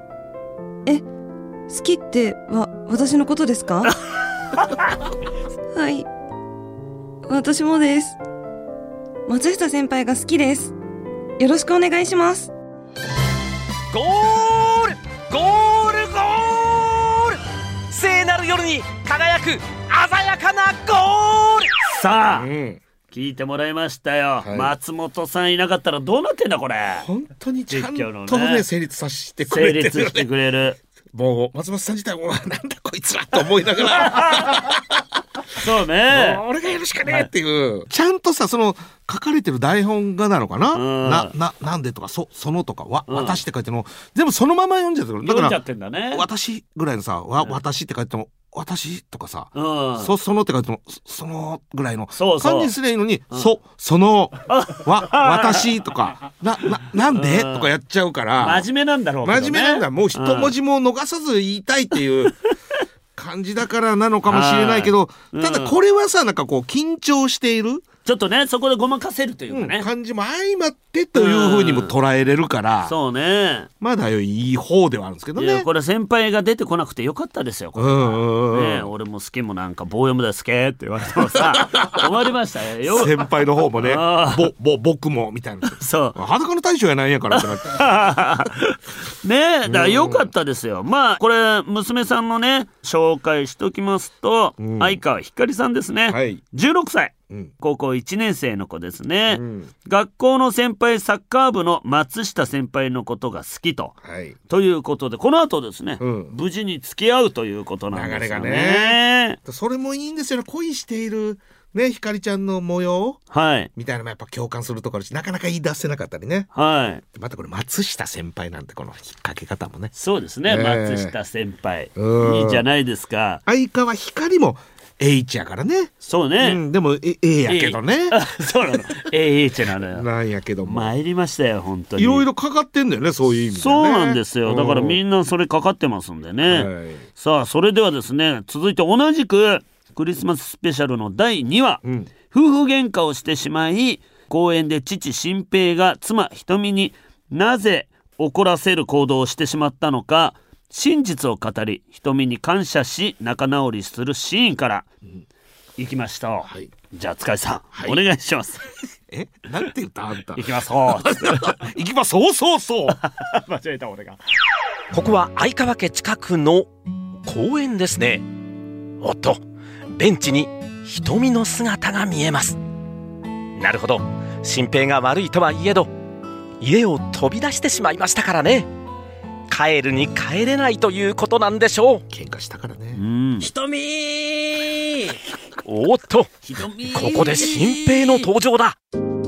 きって私のことですか？はい、私もです。松下先輩が好きです。よろしくお願いします。 ゴールゴールゴール、聖なる夜に輝く鮮やかなゴール。 さあ、聞いてもらいましたよ、松本さんいなかったらどうなってんだこれ。 本当にちゃんとね成立させてくれてる、 成立してくれる。 もう松本さん自体もなんだこいつらと思いながらそうね、 俺がやるしかねえっていう、ちゃんとさ、その書かれてる台本がなのかな、なんでとかそのとか私って書いてるの全部そのまま読んじゃってる。だから私ぐらいのさ、私って書いても私とかさ、そのって書いてもそのぐらいの感じにすればいいのに、その私とかなんでとかやっちゃうから、 真面目なんだろうけどね。 真面目なんだ。もう一文字も逃さず言いたいっていう感じだからなのかもしれないけど、ただこれはさ、なんかこう緊張しているちょっとね、そこでごまかせるというかね、 感じも相まってという風にも捉えれるから、 そうね、 まだいい方ではあるんですけどね。 いや、これ先輩が出てこなくてよかったですよ。これね、俺も好きもなんか棒読むだすけって言われてもさ終わりましたよ。 先輩の方もね僕もみたいな、 そう裸の大将やないんやからってなってねえ、だからよかったですよ。まあこれ娘さんのね紹介しときますと、相川光さんですね、16歳、高校1年生の子ですね、学校の先輩サッカー部の松下先輩のことが好きと、ということでこの後ですね、無事に付き合うということなんですよね。 流れがね、それもいいんですよね。恋しているね、ひかりちゃんの模様、みたいなのもやっぱ共感するところあるし、なかなか言い出せなかったりね。またこれ松下先輩なんてこの引っ掛け方もね。 そうですね、松下先輩、いいじゃないですか。 相川光も H やからね。 そうね、 でも A やけどね。 そうなの AH なのよ。 なんやけども参りましたよ本当に。 いろいろかかってんだよね、そういう意味でね。 そうなんですよ。だからみんなそれかかってますんでね、さあそれではですね、続いて同じくクリスマススペシャルの第2話、夫婦喧嘩をしてしまい公園で父新平が妻瞳になぜ怒らせる行動をしてしまったのか真実を語り瞳に感謝し仲直りするシーンから行きました、じゃあ塚井さん、お願いします。 なんて言ったあんた。 行きますそう行きますそう間違えた俺が。 ここは相川家近くの公園ですね。おっと、ベンチに瞳の姿が見えます。なるほど、新平が悪いとはいえど家を飛び出してしまいましたからね。帰るに帰れないということなんでしょう。 喧嘩したからね。 瞳おっと、ここで新平の登場だ。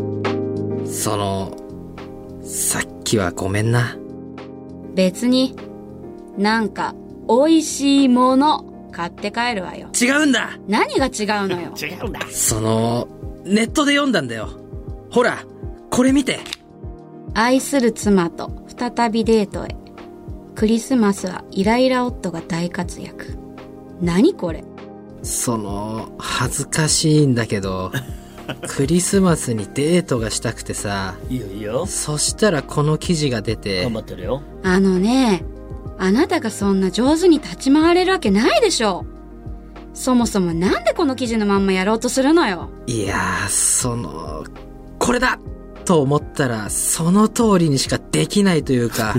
さっきはごめんな。 別になんか美味しいもの買って帰るわよ。 違うんだ。 何が違うのよ。 違うんだ。 ネットで読んだんだよ。ほらこれ見て。 愛する妻と再びデートへ。クリスマスはイライラ夫が大活躍。何これ。 恥ずかしいんだけどクリスマスにデートがしたくてさ。 いいよいいよ。 そしたらこの記事が出て。 頑張ってるよ。 あなたがそんな上手に立ち回れるわけないでしょ。そもそもなんでこの記事のまんまやろうとするのよ。 いやこれだと思ったらその通りにしかできないというか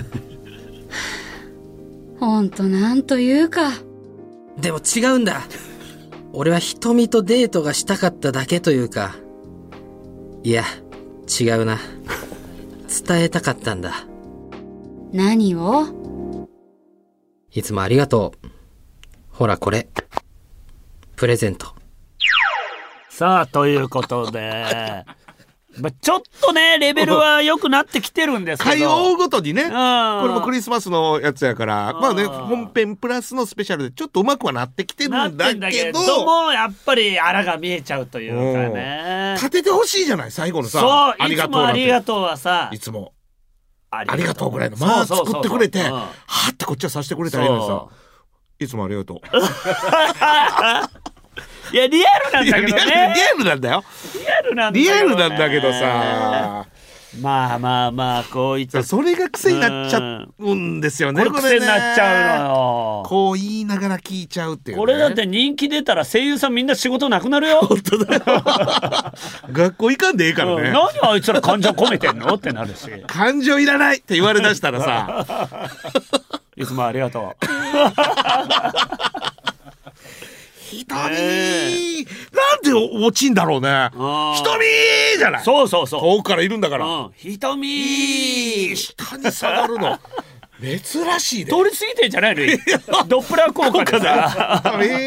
ほんとなんというか。 でも違うんだ。俺は瞳とデートがしたかっただけというか。いや違うな、伝えたかったんだ。 何を？ いつもありがとう。ほらこれプレゼント。 さあということでちょっとねレベルは良くなってきてるんですけど、 回を追うごとにね、これもクリスマスのやつやから、まあね、本編プラスのスペシャルでちょっとうまくはなってきてるんだけどもやっぱりあらが見えちゃうというかね。 立ててほしいじゃない、最後のさ。 そう、 ありがとういつもありがとうはさ、 いつもありがとうぐらいのまあ作ってくれて、はってこっちはさせてくれたらいいのにさ、いつもありがとういやリアルなんだけどね。 リアルなんだよ。リアルなんだけどさ、 まあこういったそれが癖になっちゃうんですよね。 これ癖になっちゃうのよ。 こう言いながら聞いちゃうっていうね。 これだって人気出たら声優さんみんな仕事なくなるよ。本当だよ学校行かんでいいからね、 何あいつら感情込めてんのってなるし、 感情いらないって言われだしたらさいつもありがとう瞳、なんで落ちんだろうね。瞳じゃない。 そう遠くからいるんだから、 瞳下に下がるの珍しいね。 通り過ぎてんじゃないのドップラー効果でさ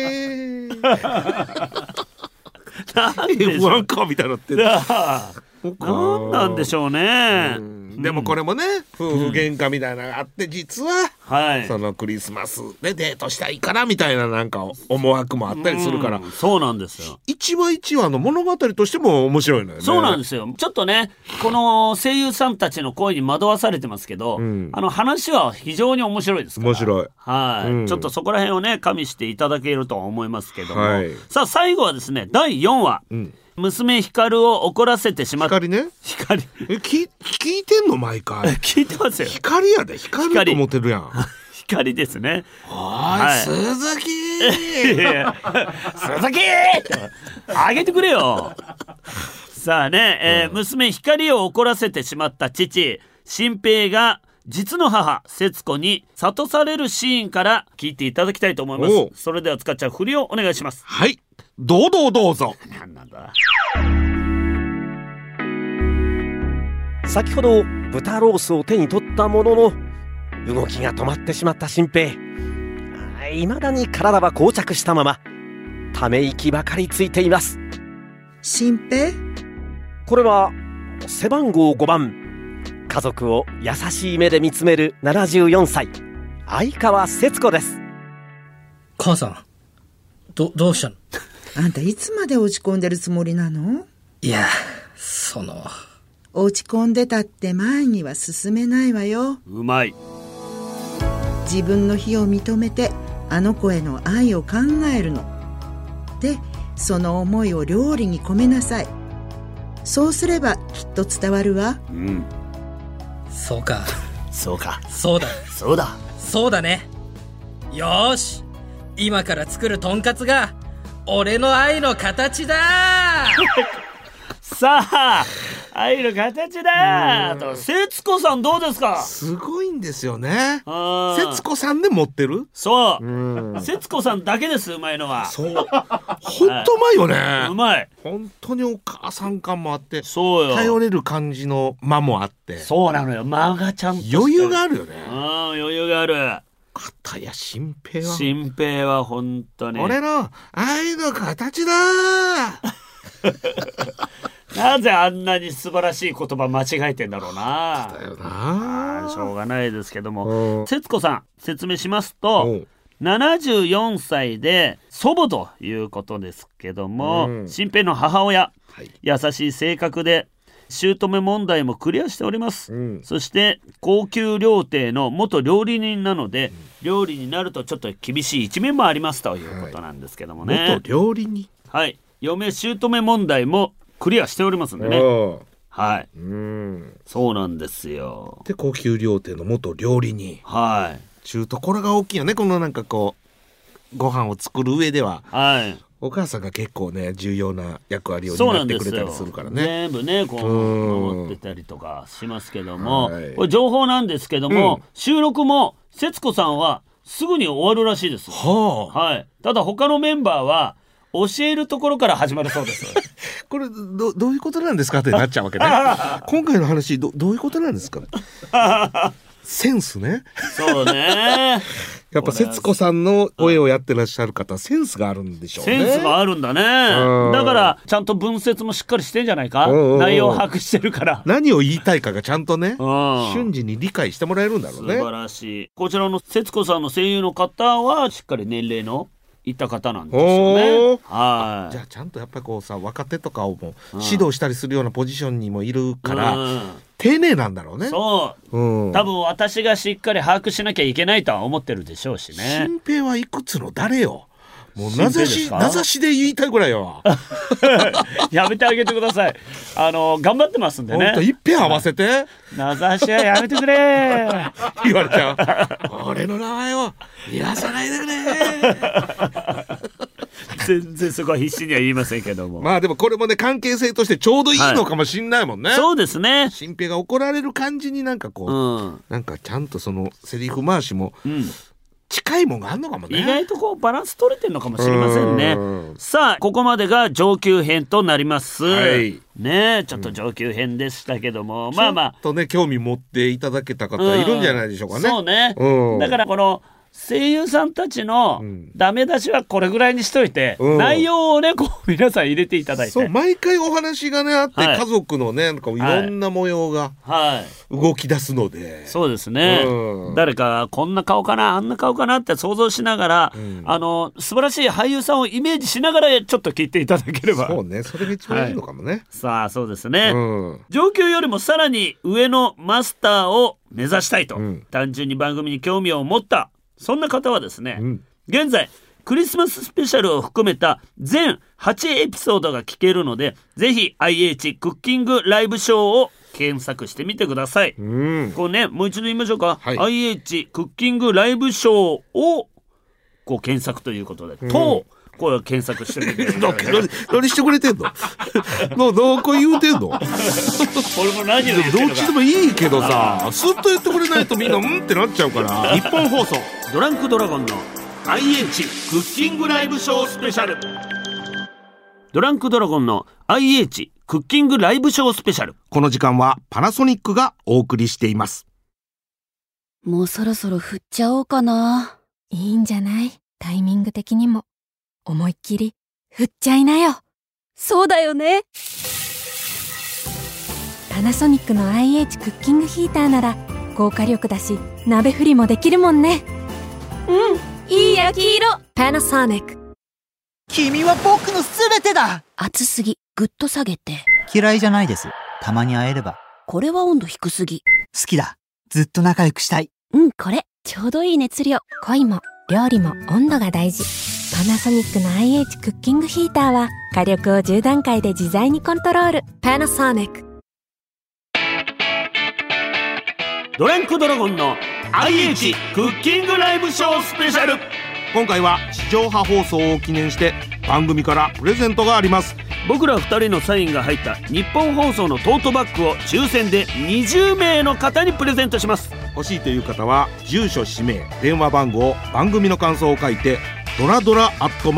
F1 かみたいになってる。 なんなんでしょうね。 でもこれもね、夫婦喧嘩みたいなのがあって、実は、そのクリスマスでデートしたいからみたいななんか思惑もあったりするから、 そうなんですよ。 一話一話の物語としても面白いのよね。 そうなんですよ。ちょっとねこの声優さんたちの声に惑わされてますけど、話は非常に面白いですから。 面白い。 ちょっとそこら辺をね加味していただけるとは思いますけども、さあ最後はですね第4話、娘光を怒らせてしまった。 光ね。 光聞いてんの毎回。 聞いてますよ。 光やで。光と思ってるやん。 光ですね。 鈴木鈴木あげてくれよさあね、娘光を怒らせてしまった父新平が実の母節子に諭されるシーンから聞いていただきたいと思います。それでは使っちゃう振りをお願いします。 はい、どうぞ。 なんだ先ほど豚ロースを手に取ったものの動きが止まってしまった新平。いまだに体は膠着したままため息ばかりついています。 新平、 これは背番号5番、家族を優しい目で見つめる74歳相川節子です。 母さん、どうしたの？ あんたいつまで落ち込んでるつもりなの？ いや、 落ち込んでたって前には進めないわよ。 うまい。 自分の非を認めてあの子への愛を考えるの。で、その思いを料理に込めなさい。そうすればきっと伝わるわ。 そうか。 そうか。 そうだ。 そうだ。 そうだね。よーし。今から作るとんかつが俺の愛の形ださあ、愛の形だと。節子さんどうですか？ すごいんですよね。節子さんで持ってる。 そう、節子さんだけです、うまいのは。 そう、ほんとうまいよね。 うまい。 本当にお母さん感もあって、 そうよ、 頼れる感じの間もあって。 そうなのよ、間がちゃんと余裕があるよね。 余裕がある。 片や新平は、 新平は本当に俺の愛の形だなぜあんなに素晴らしい言葉間違えてんだろうな。 だよな。 しょうがないですけども、節子さん説明しますと、74歳で祖母ということですけども、新平の母親、優しい性格で姑問題もクリアしております、そして高級料亭の元料理人なので、料理になるとちょっと厳しい一面もありますということなんですけどもね、 元料理人、 はい、嫁姑問題もクリアしておりますんでね、はい、そうなんですよ。 で、高級料亭の元料理人、 はい、 ちゅうところが大きいよね。このなんかこうご飯を作る上では、はい、お母さんが結構ね重要な役割を担ってくれたりするからね。 全部ねこう守ってたりとかしますけども、これ情報なんですけども、収録も節子さんはすぐに終わるらしいです。はい、ただ他のメンバーは教えるところから始まるそうですこれどういうことなんですかってなっちゃうわけね今回の話どういうことなんですかセンスね。 そうねやっぱ節子さんの声をやってらっしゃる方、センスがあるんでしょうね。 センスがあるんだね。だからちゃんと文節もしっかりしてんじゃないか。内容を把握してるから、 何を言いたいかがちゃんとね、瞬時に理解してもらえるんだろうね。 素晴らしい。こちらの節子さんの声優の方はしっかり年齢のいった方なんですよね。はい。 じゃあちゃんとやっぱりこうさ、若手とかをも指導したりするようなポジションにもいるから、丁寧なんだろうね。 そう、多分私がしっかり把握しなきゃいけないとは思ってるでしょうしね。 新平はいくつの誰よ。もう名指しで言いたいぐらいよやめてあげてください。頑張ってますんでね。 一遍合わせて名指しはやめてくれ言われちゃう俺の名前を言わさないでくれ全然そこは必死には言いませんけども、 まあでもこれもね、関係性としてちょうどいいのかもしんないもんね、 そうですね。 新平が怒られる感じになんかこう、なんかちゃんとそのセリフ回しも、近いもんがあるのかもね。 意外とこうバランス取れてるのかもしれませんね。さあここまでが上級編となります、ね。ちょっと上級編でしたけども、まあまあちょっとね興味持っていただけた方いるんじゃないでしょうかね。 そうね、だからこの声優さんたちのダメ出しはこれぐらいにしといて、内容をねこう皆さん入れていただいて、 そう毎回お話がねあって、家族のねなんかいろんな模様が動き出すので、 そうですね、誰かこんな顔かなあんな顔かなって想像しながら、素晴らしい俳優さんをイメージしながらちょっと聞いていただければ。 そうね、それが一番いいのかもね。 さあそうですね、上級よりもさらに上のマスターを目指したいと、単純に番組に興味を持ったそんな方はですね、現在クリスマススペシャルを含めた全8エピソードが聞けるので、ぜひ IH クッキングライブショーを検索してみてください。こうね、もう一度言いましょうか、IH クッキングライブショーをこう検索ということで、これを検索してみて何してくれてんのどこ言うてんの俺も何を言ってんのか、 どっちでもいいけどさ、スッと言ってくれないとみんなってなっちゃうから日本放送ドランクドラゴンの IH クッキングライブショースペシャル。 ドランクドラゴンの IH クッキングライブショースペシャル。 この時間はパナソニックがお送りしています。 もうそろそろ振っちゃおうかな。いいんじゃない？タイミング的にも思いっきり振っちゃいなよ。そうだよね。パナソニックの IH クッキングヒーターなら高火力だし鍋振りもできるもんね。いい焼き色。パナソニック。 君は僕のすべてだ。 熱すぎ、ぐっと下げて。 嫌いじゃないです。たまに会えれば。 これは温度低すぎ。 好きだ。ずっと仲良くしたい。 これちょうどいい熱量。恋も料理も温度が大事。パナソニックの IH クッキングヒーターは火力を10段階で自在にコントロール。パナソニック。 ドランクドラゴンの IH クッキングライブショースペシャル。 今回は地上波放送を記念して番組からプレゼントがあります。 僕ら2人のサインが入った日本放送のトートバッグを抽選で20名の方にプレゼントします。 欲しいという方は住所氏名電話番号番組の感想を書いてドラドラ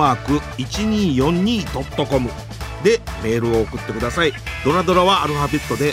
@1242.com でメールを送ってください。ドラドラはアルファベットで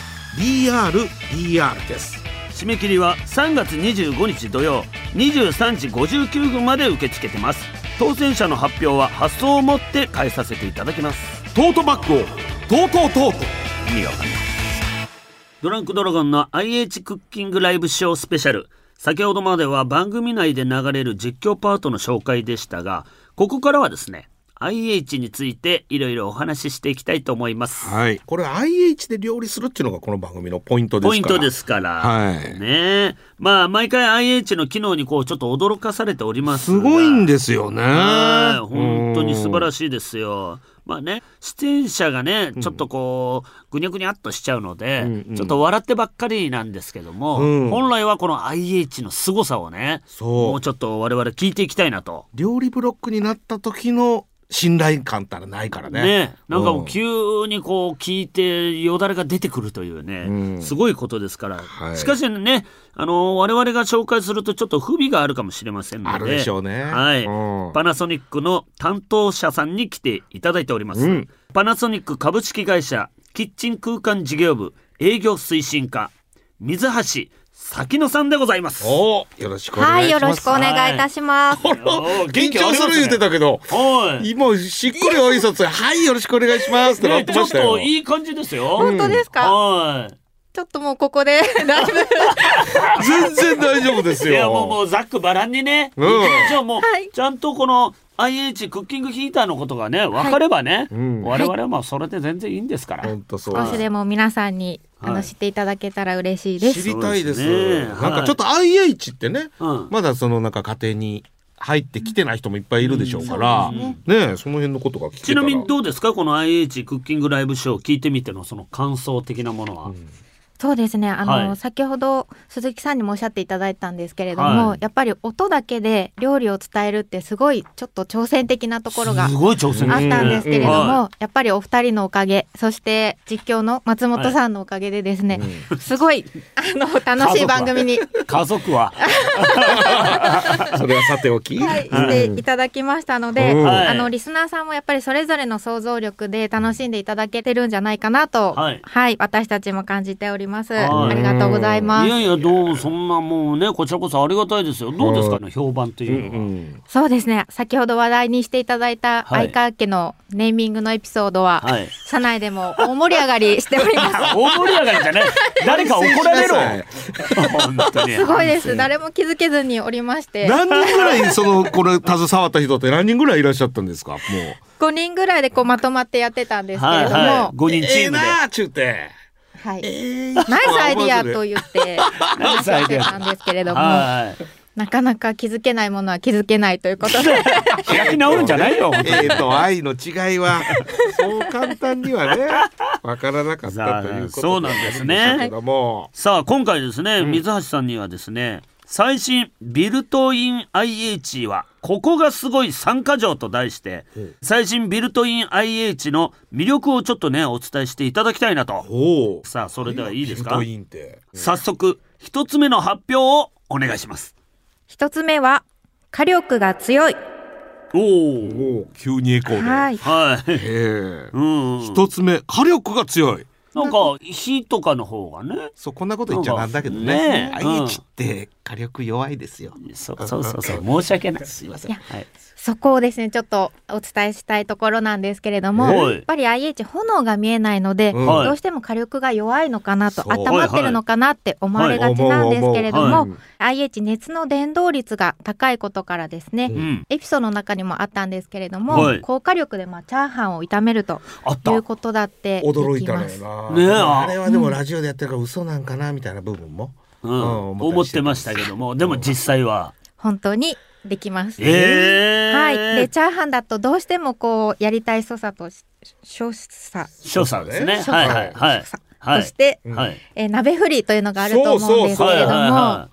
DRDR です。 締め切りは3月25日土曜23時59分まで受け付けてます。当選者の発表は発送をもって返させていただきます。 トートバッグをトート意味わかんない。ドランクドラゴンの IH クッキングライブショースペシャル。先ほどまでは番組内で流れる実況パートの紹介でしたが、ここからはですねIH についていろいろお話ししていきたいと思います。 はい、これ IH で料理するっていうのがこの番組のポイントですから。 ポイントですから、 はいね。まあ毎回 IH の機能にこうちょっと驚かされておりますが、 すごいんですよね。 本当に素晴らしいですよ。まあね、出演者がねちょっとこうぐにゃぐにゃっとしちゃうので、ちょっと笑ってばっかりなんですけども、本来はこの IH の凄さをねもうちょっと我々聞いていきたいなと。 料理ブロックになった時の信頼感ったらないからね。 なんかもう急にこう聞いてよだれが出てくるというね、すごいことですから、 はい、 しかしね我々が紹介するとちょっと不備があるかもしれませんので、 あるでしょうね。 はい、パナソニックの担当者さんに来ていただいております、パナソニック株式会社キッチン空間事業部営業推進課水橋咲野さんでございます。 よろしくお願いします。 はい、よろしくお願いいたします。 緊張する言ってたけど、今しっくり挨拶はいよろしくお願いしますってなってましたよ。 ちょっといい感じですよ。 本当ですか。ちょっともうここでだいぶ全然大丈夫ですよ。 いやもうざっくばらんにね、もうちゃんとこのIH クッキングヒーターのことがね分かればね、我々はまあそれで全然いいんですから、 少しでも皆さんに知っていただけたら嬉しいです。 知りたいです。なんかちょっと IH ってね、まだそのなんか家庭に入ってきてない人もいっぱいいるでしょうから、その辺のことが聞けたら。 ちなみにどうですかこの IH クッキングライブショー聞いてみてのその感想的なものは。 そうですね、先ほど鈴木さんにもおっしゃっていただいたんですけれども、やっぱり音だけで料理を伝えるってすごいちょっと挑戦的なところがあったんですけれども、やっぱりお二人のおかげ、そして実況の松本さんのおかげでですね、すごい楽しい番組に家族はそれはさておき、 していただきましたので、リスナーさんもやっぱりそれぞれの想像力で楽しんでいただけてるんじゃないかなと、私たちも感じております。ありがとうございます。 いやいやそんなもうねこちらこそありがたいですよ。どうですかね評判というのは。 そうですね、先ほど話題にしていただいた相川家のネーミングのエピソードは、社内でも大盛り上がりしております大盛り上がりじゃない誰か怒られろ本当にすごいです。誰も気づけずにおりまして、 何人ぐらいこれ携わった人って何人ぐらいいらっしゃったんですか。もう 5人ぐらいでこうまとまってやってたんですけれども、 5人チームでちゅうてナイスアイディアと言って話をしてたんですけれども、なかなか気づけないものは気づけないということで開き直るんじゃないよ愛の違いはそう簡単にはね分からなかったということそうなんですね。さあ今回ですね、水橋さんにはですね最新ビルトイン IH はここがすごい3か条と題して、最新ビルトイン IH の魅力をちょっとねお伝えしていただきたいなと。さあそれではいいですか。早速一つ目の発表をお願いします。 一つ目は火力が強い。 急にエコーで、一つ目火力が強い。 なんか火とかの方がね。 そう、こんなこと言っちゃなんだけどね。IH って火力弱いですよ。 そう申し訳ない。すいません。 そこをですねちょっとお伝えしたいところなんですけれども、やっぱり IH 炎が見えないので、どうしても火力が弱いのかなと、温まってるのかなって思われがちなんですけれども、IH 熱の伝導率が高いことからですね、エピソードの中にもあったんですけれども、高火力でチャーハンを炒めるということだってできます。 驚いたのよな。あれはでもラジオでやってるから嘘なんかなみたいな部分も、 思ってましたけども、でも実際は本当にできます。はい。でチャーハンだとどうしてもこうやりたい所作と所作ですね。 そして、鍋振りというのがあると思うんですけれども、はい、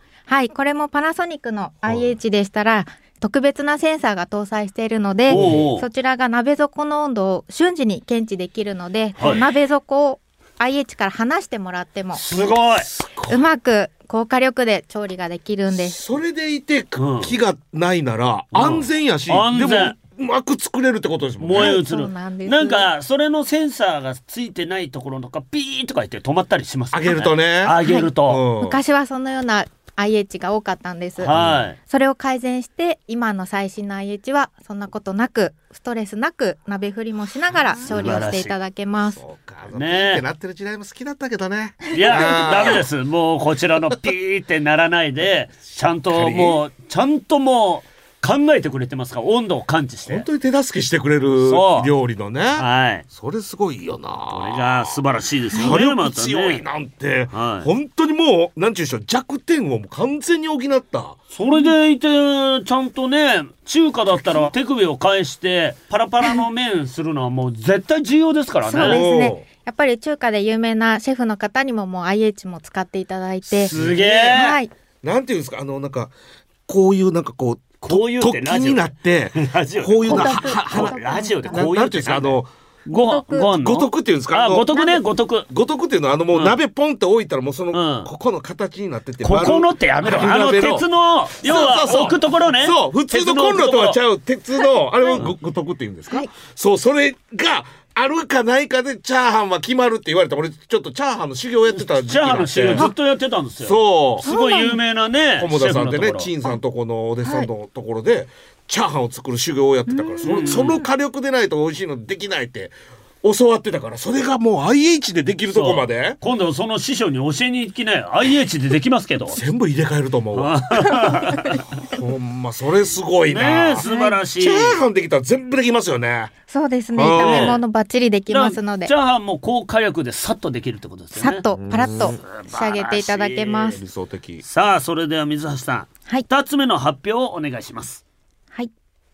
これもパナソニックの IH でしたら特別なセンサーが搭載しているので、そちらが鍋底の温度を瞬時に検知できるので、鍋底を IH から離してもらってもすごい、 うまく高火力で調理ができるんです。 それでいて火がないなら安全やし、でもうまく作れるってことですもんね。 燃え移る。なんかそれのセンサーがついてないところとかピーとか言って止まったりしますね。上げるとね。 上げると、 昔はそのようなIH が多かったんです、それを改善して今の最新の IH はそんなことなくストレスなく鍋振りもしながら調理をしていただけます。 そうか、ピーってなってる時代も好きだったけどね。 いやダメです。もうこちらのピーってならないでちゃんともう考えてくれてますから、温度を感知して本当に手助けしてくれる料理のね。それすごいよな。 これが素晴らしいですよね。 火力強いなんて、本当にもうなんていうんでしょう、弱点をもう完全に補った。 それでいてちゃんとね、中華だったら手首を返してパラパラの麺するのはもう絶対重要ですからね。 そうですね。やっぱり中華で有名なシェフの方にももう IH も使っていただいて、 すげえ、 なんていうんですか、なんかこういうなんかこう突起になってこういうラジオでこういうなんていうんですか、 五徳っていうんですか。 五徳ね、五徳っていうのはもう鍋ポンって置いたらもうそのここの形になってて、 ここのってやめろ、鉄の要は置くところね。 そう普通のコンロとはちゃう鉄のあれを五徳っていうんですか。そう、それがあるかないかでチャーハンは決まるって言われた。俺ちょっとチャーハンの修行やってた時期があって、 チャーハンの修行ずっとやってたんですよ。 そうすごい有名なね菰田さんでね、陳さんとこのお弟子さんのところでチャーハンを作る修行をやってたから、その火力でないと美味しいのできないって教わってたから、それがもう IH でできるとこまで。 今度その師匠に教えに行きなよ。 IH でできますけど全部入れ替えると思うわほんまそれすごいな、 素晴らしい。 チャーハンできたら全部できますよね。 そうですね、炒め物バッチリできますので。 チャーハンも高火力でさっとできるってことですよね。 さっとパラッと仕上げていただけます。 理想的。 さあそれでは水橋さん、2つ目の発表をお願いします。 はい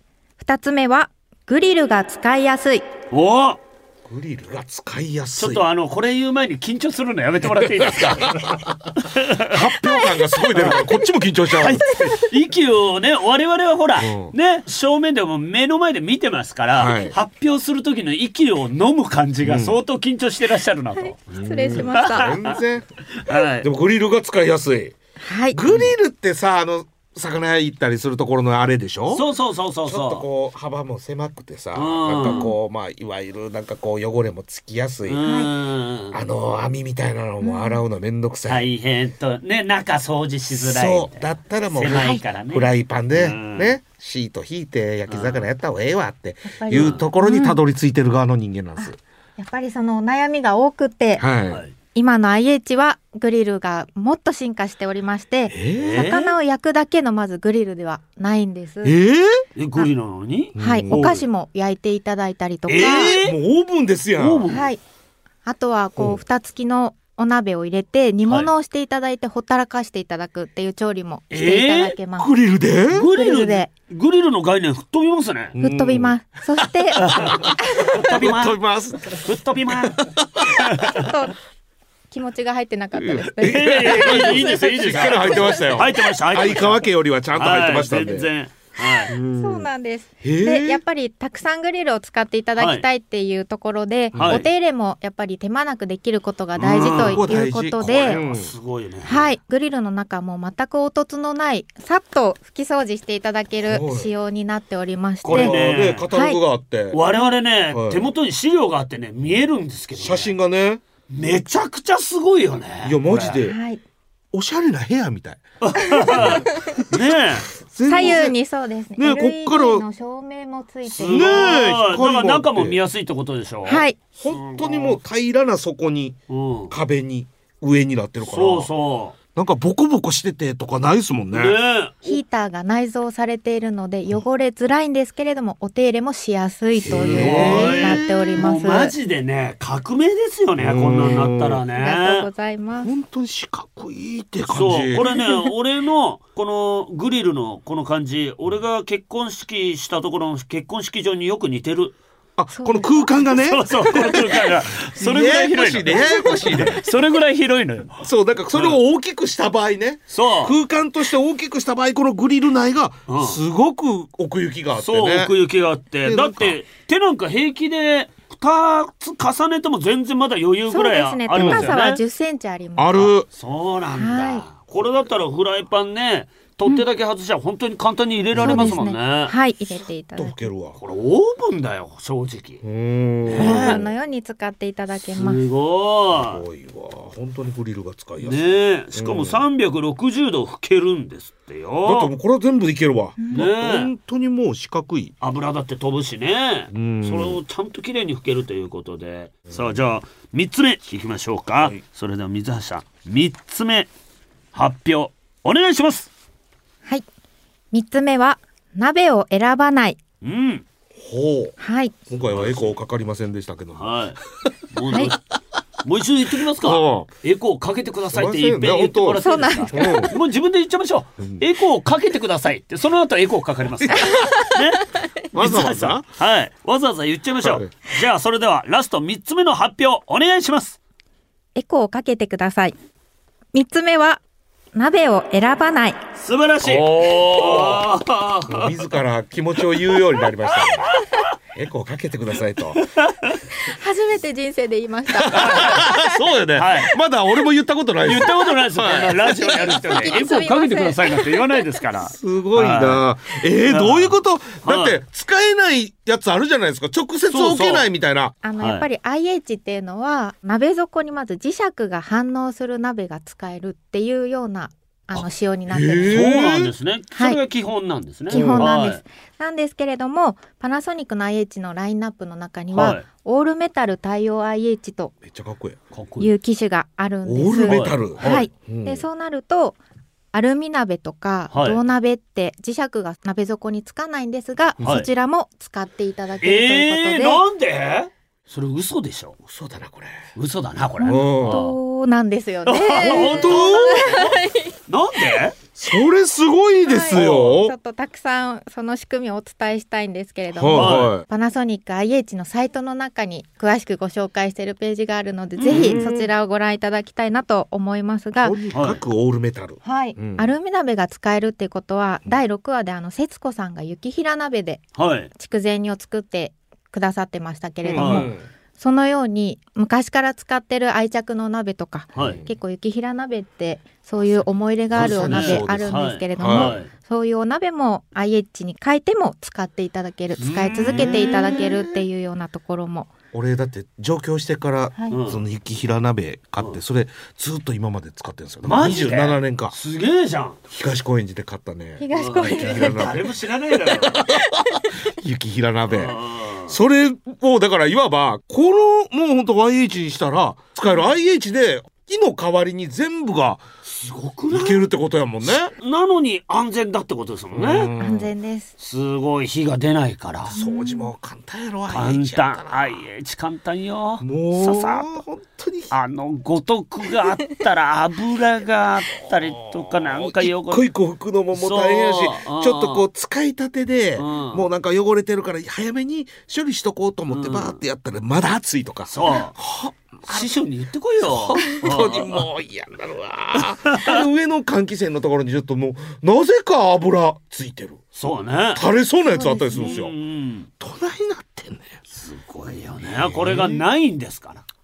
、2つ目はグリルが使いやすい。 グリルが使いやすい。 ちょっとこれ言う前に緊張するのやめてもらっていいですか発表感がすごい出るからこっちも緊張しちゃう、 息をね、我々はほら、ね、正面でも目の前で見てますから、発表する時の息を飲む感じが相当緊張してらっしゃるなと、 失礼しました全然、でもグリルが使いやすい、グリルってさ、魚屋行ったりするところのあれでしょ。 そうちょっとこう幅も狭くてさ、なんかこういわゆるなんかこう汚れもつきやすい、網みたいなのも洗うのめんどくさい、 大変とね、中掃除しづらい。 そうだったらもう狭いからね、 フライパンでね、シート引いて焼き魚やった方がええわっていうところにたどり着いてる側の人間なんです。 やっぱりその悩みが多くて、今の IH はグリルがもっと進化しておりまして、魚を焼くだけのまずグリルではないんです。 グリルなのに、 お菓子も焼いていただいたりとか、もうオーブンですやん。 あとはこう蓋付きのお鍋を入れて煮物をしていただいてほったらかしていただくっていう調理もしていただけます。 グリルでグリルの概念吹っ飛びますね。 吹っ飛びます。そして吹っ飛びます気持ちが入ってなかったです。 いいです。 しっかり入ってましたよ。 入ってました。 相川家よりはちゃんと入ってましたんで。 全然。 そうなんです。で、やっぱりたくさんグリルを使っていただきたいっていうところで、お手入れもやっぱり手間なくできることが大事ということで、 すごいね。 グリルの中も全く凹凸のない、さっと拭き掃除していただける仕様になっておりまして、 これね、カタログがあって、 我々ね、手元に資料があってね、見えるんですけど、 写真がね。 めちゃくちゃすごいよね。 いやマジで、 はい、 おしゃれな部屋みたいね左右にそうですね。 ね、こっから LED の照明もついている。 だから中も見やすいってことでしょ。 はい。 本当にもう平らな底に、壁に上になってるから。 そうそう。 なんかボコボコしててとかないですもんね。 ヒーターが内蔵されているので汚れづらいんですけれども、お手入れもしやすいという風になっております。 マジでね、革命ですよね、こんなになったらね。 ありがとうございます。 本当に四角いって感じ。 そう、これね、俺のこのグリルのこの感じ、俺が結婚式したところの結婚式場によく似てる。 あ、この空間がね。 そうそう、この空間がそれぐらい広いの。 ややこしいね。 それぐらい広いのよ。 そう、だからそれを大きくした場合ね。そう。空間として大きくした場合、このグリル内がすごく奥行きがあってね。 そう、奥行きがあって、だって手なんか平気で2つ重ねても全然まだ余裕ぐらいあるんですよね。 高さは10センチあります。 ある。 そうなんだ。これだったらフライパンね。取っ手だけ外しちゃ本当に簡単に入れられますもんね。 はい、入れていただける。 これオーブンだよ、正直。 オーブンのように使っていただけます。 すごいわ。本当にグリルが使いやすい。 ね、しかも360度拭けるんですってよ。 だってもうこれは全部でいけるわ。本当にもう四角い。 油だって飛ぶしね。それをちゃんときれいに拭けるということで。さあ、じゃあ3つ目いきましょうか。それでは水橋さん、3つ目発表お願いします。 はい、3つ目は鍋を選ばない。 ほう。 はい。 今回はエコーかかりませんでしたけども。 はい。もう一度言ってきますか。エコーかけてくださいって言ってもらっていいですか。もう自分で言っちゃいましょう。エコーかけてくださいってその後エコーかかります。ね。 わざわざ。 はい。わざわざ言っちゃいましょう。じゃあそれではラスト3つ目の発表お願いします。 エコーをかけてください。3つ目は鍋を選ばない。 素晴らしい。 自ら気持ちを言うようになりました、ね。エコーかけてくださいと。 初めて人生で言いました。 そうよね、まだ俺も言ったことないです。 言ったことないですよ。ラジオやる人にエコーかけてくださいなんて言わないですから。 すごいな。どういうこと？だって使えないやつあるじゃないですか。直接置けないみたいな。 やっぱり IH っていうのは鍋底にまず磁石が反応する鍋が使えるっていうような仕様になってるんです。 そうなんですね。それが基本なんですね。 基本なんです。なんですけれども、パナソニックの IH のラインナップの中には、オールメタル対応 IH という機種があるんです。 オールメタル。 はい。で、そうなるとアルミ鍋とか銅鍋って磁石が鍋底につかないんですが、そちらも使っていただけるということで。 なんで？それ嘘でしょ。 嘘だなこれ。 嘘だなこれ。 そうなんですよね。 本当？ なんで？ それすごいですよ。 ちょっとたくさんその仕組みをお伝えしたいんですけれども、パナソニック IH のサイトの中に詳しくご紹介しているページがあるので、ぜひそちらをご覧いただきたいなと思いますが、 とにかくオールメタル。 はい。アルミ鍋が使えるっていうことは、第6話で節子さんが雪平鍋で筑前煮を作ってくださってましたけれども、そのように昔から使ってる愛着の鍋とか、結構雪平鍋ってそういう思い入れがあるお鍋あるんですけれども、そういうお鍋も IH に変えても使っていただける、使い続けていただけるっていうようなところも。 俺だって上京してから、その雪平鍋買って、それずっと今まで使ってるんですよ。 マジで 27年間。 すげえじゃん。 東高円寺で買ったね。 東高円寺。 誰も知らないだろ。 雪平鍋。それをだからいわばこのもうほんと IH にしたら使える IH で火の代わりに全部がすごくない？ いけるってことやもんね。 なのに安全だってことですもんね。 安全です。 すごい火が出ないから。 掃除も簡単やろ。 簡単。IH 簡単よ。 もうささっと本当に五徳があったら油があったりとかなんか汚れ一個一個拭くのももう大変やし、ちょっとこう使いたてでもうなんか汚れてるから早めに処理しとこうと思ってバーってやったらまだ熱いとか。 そう。師匠に言ってこいよ。 本当にもう嫌になるわ。上の換気扇のところにちょっともうなぜか油ついてる。 そうね。 垂れそうなやつあったりするんですよ。どないなってんねん。 すごいよね。これがないんですから。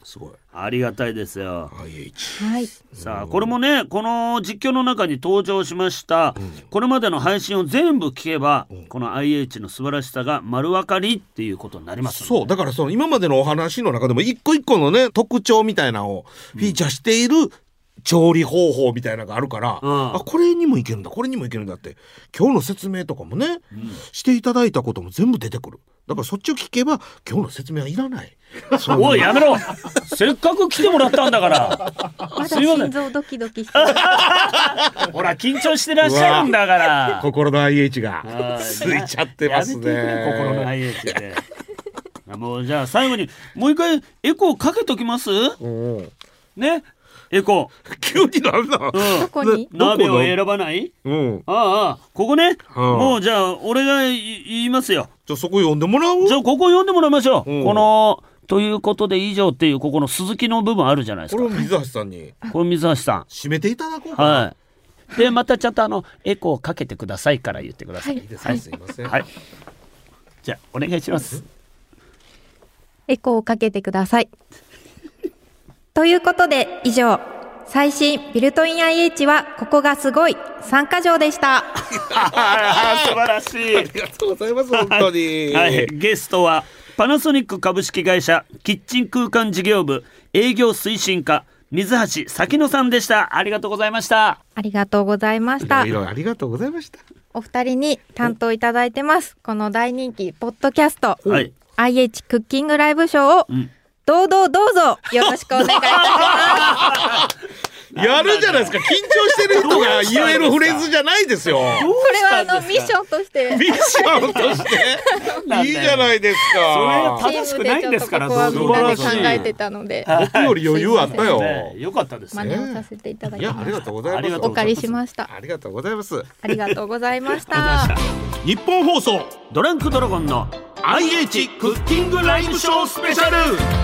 すごいありがたいですよ。 IH、 はい、 さあこれもねこの実況の中に登場しました、これまでの配信を全部聞けば、この IH の素晴らしさが丸分かりっていうことになります、 そうだからその今までのお話の中でも一個一個のね特徴みたいなのをフィーチャーしている調理方法みたいなのがあるから、あこれにもいけるんだこれにもいけるんだって今日の説明とかもね、していただいたことも全部出てくる。だからそっちを聞けば今日の説明はいらない。 おいやめろせっかく来てもらったんだからまだ心臓ドキドキしてほら緊張してらっしゃるんだから心の IH がついちゃってますね。 心の IH でもうじゃあ最後にもう一回エコーかけときますね。エコー急になんだ、 どこに鍋を選ばない、ああここね、もうじゃあ俺が言いますよ。 じゃあそこ読んでもらう。 じゃあここ読んでもらいましょう、このということで以上っていうここの鈴木の部分あるじゃないですか。 これを水橋さんにこれ水橋さん締めていただこうか。 はいでまたちょっとエコーかけてくださいから言ってください。 いいですね、すいません。 はいじゃあお願いします。 エコーをかけてくださいということで以上最新ビルトイン IH はここがすごい3か条でした素晴らしい。 ありがとうございます本当に、 はい、ゲストはパナソニック株式会社キッチン空間事業部営業推進課水橋咲乃さんでした。ありがとうございました。 ありがとうございました。 いろいろありがとうございました。 お二人に担当いただいてますこの大人気ポッドキャスト、IH クッキングライブショーを、どうぞよろしくお願いいたしますやるじゃないですか。緊張してる人が言えるフレーズじゃないですよ。これはミッションとしてミッションとしていいじゃないですか。 それ正しくないんですから。 ここはみんなで考えてたので僕より余裕あったよ。 よかったですね。 真似をさせていただきます。 ありがとうございます。 お借りしました。 ありがとうございます。 ありがとうございました日本放送ドランクドラゴンの IH クッキングライブショースペシャル。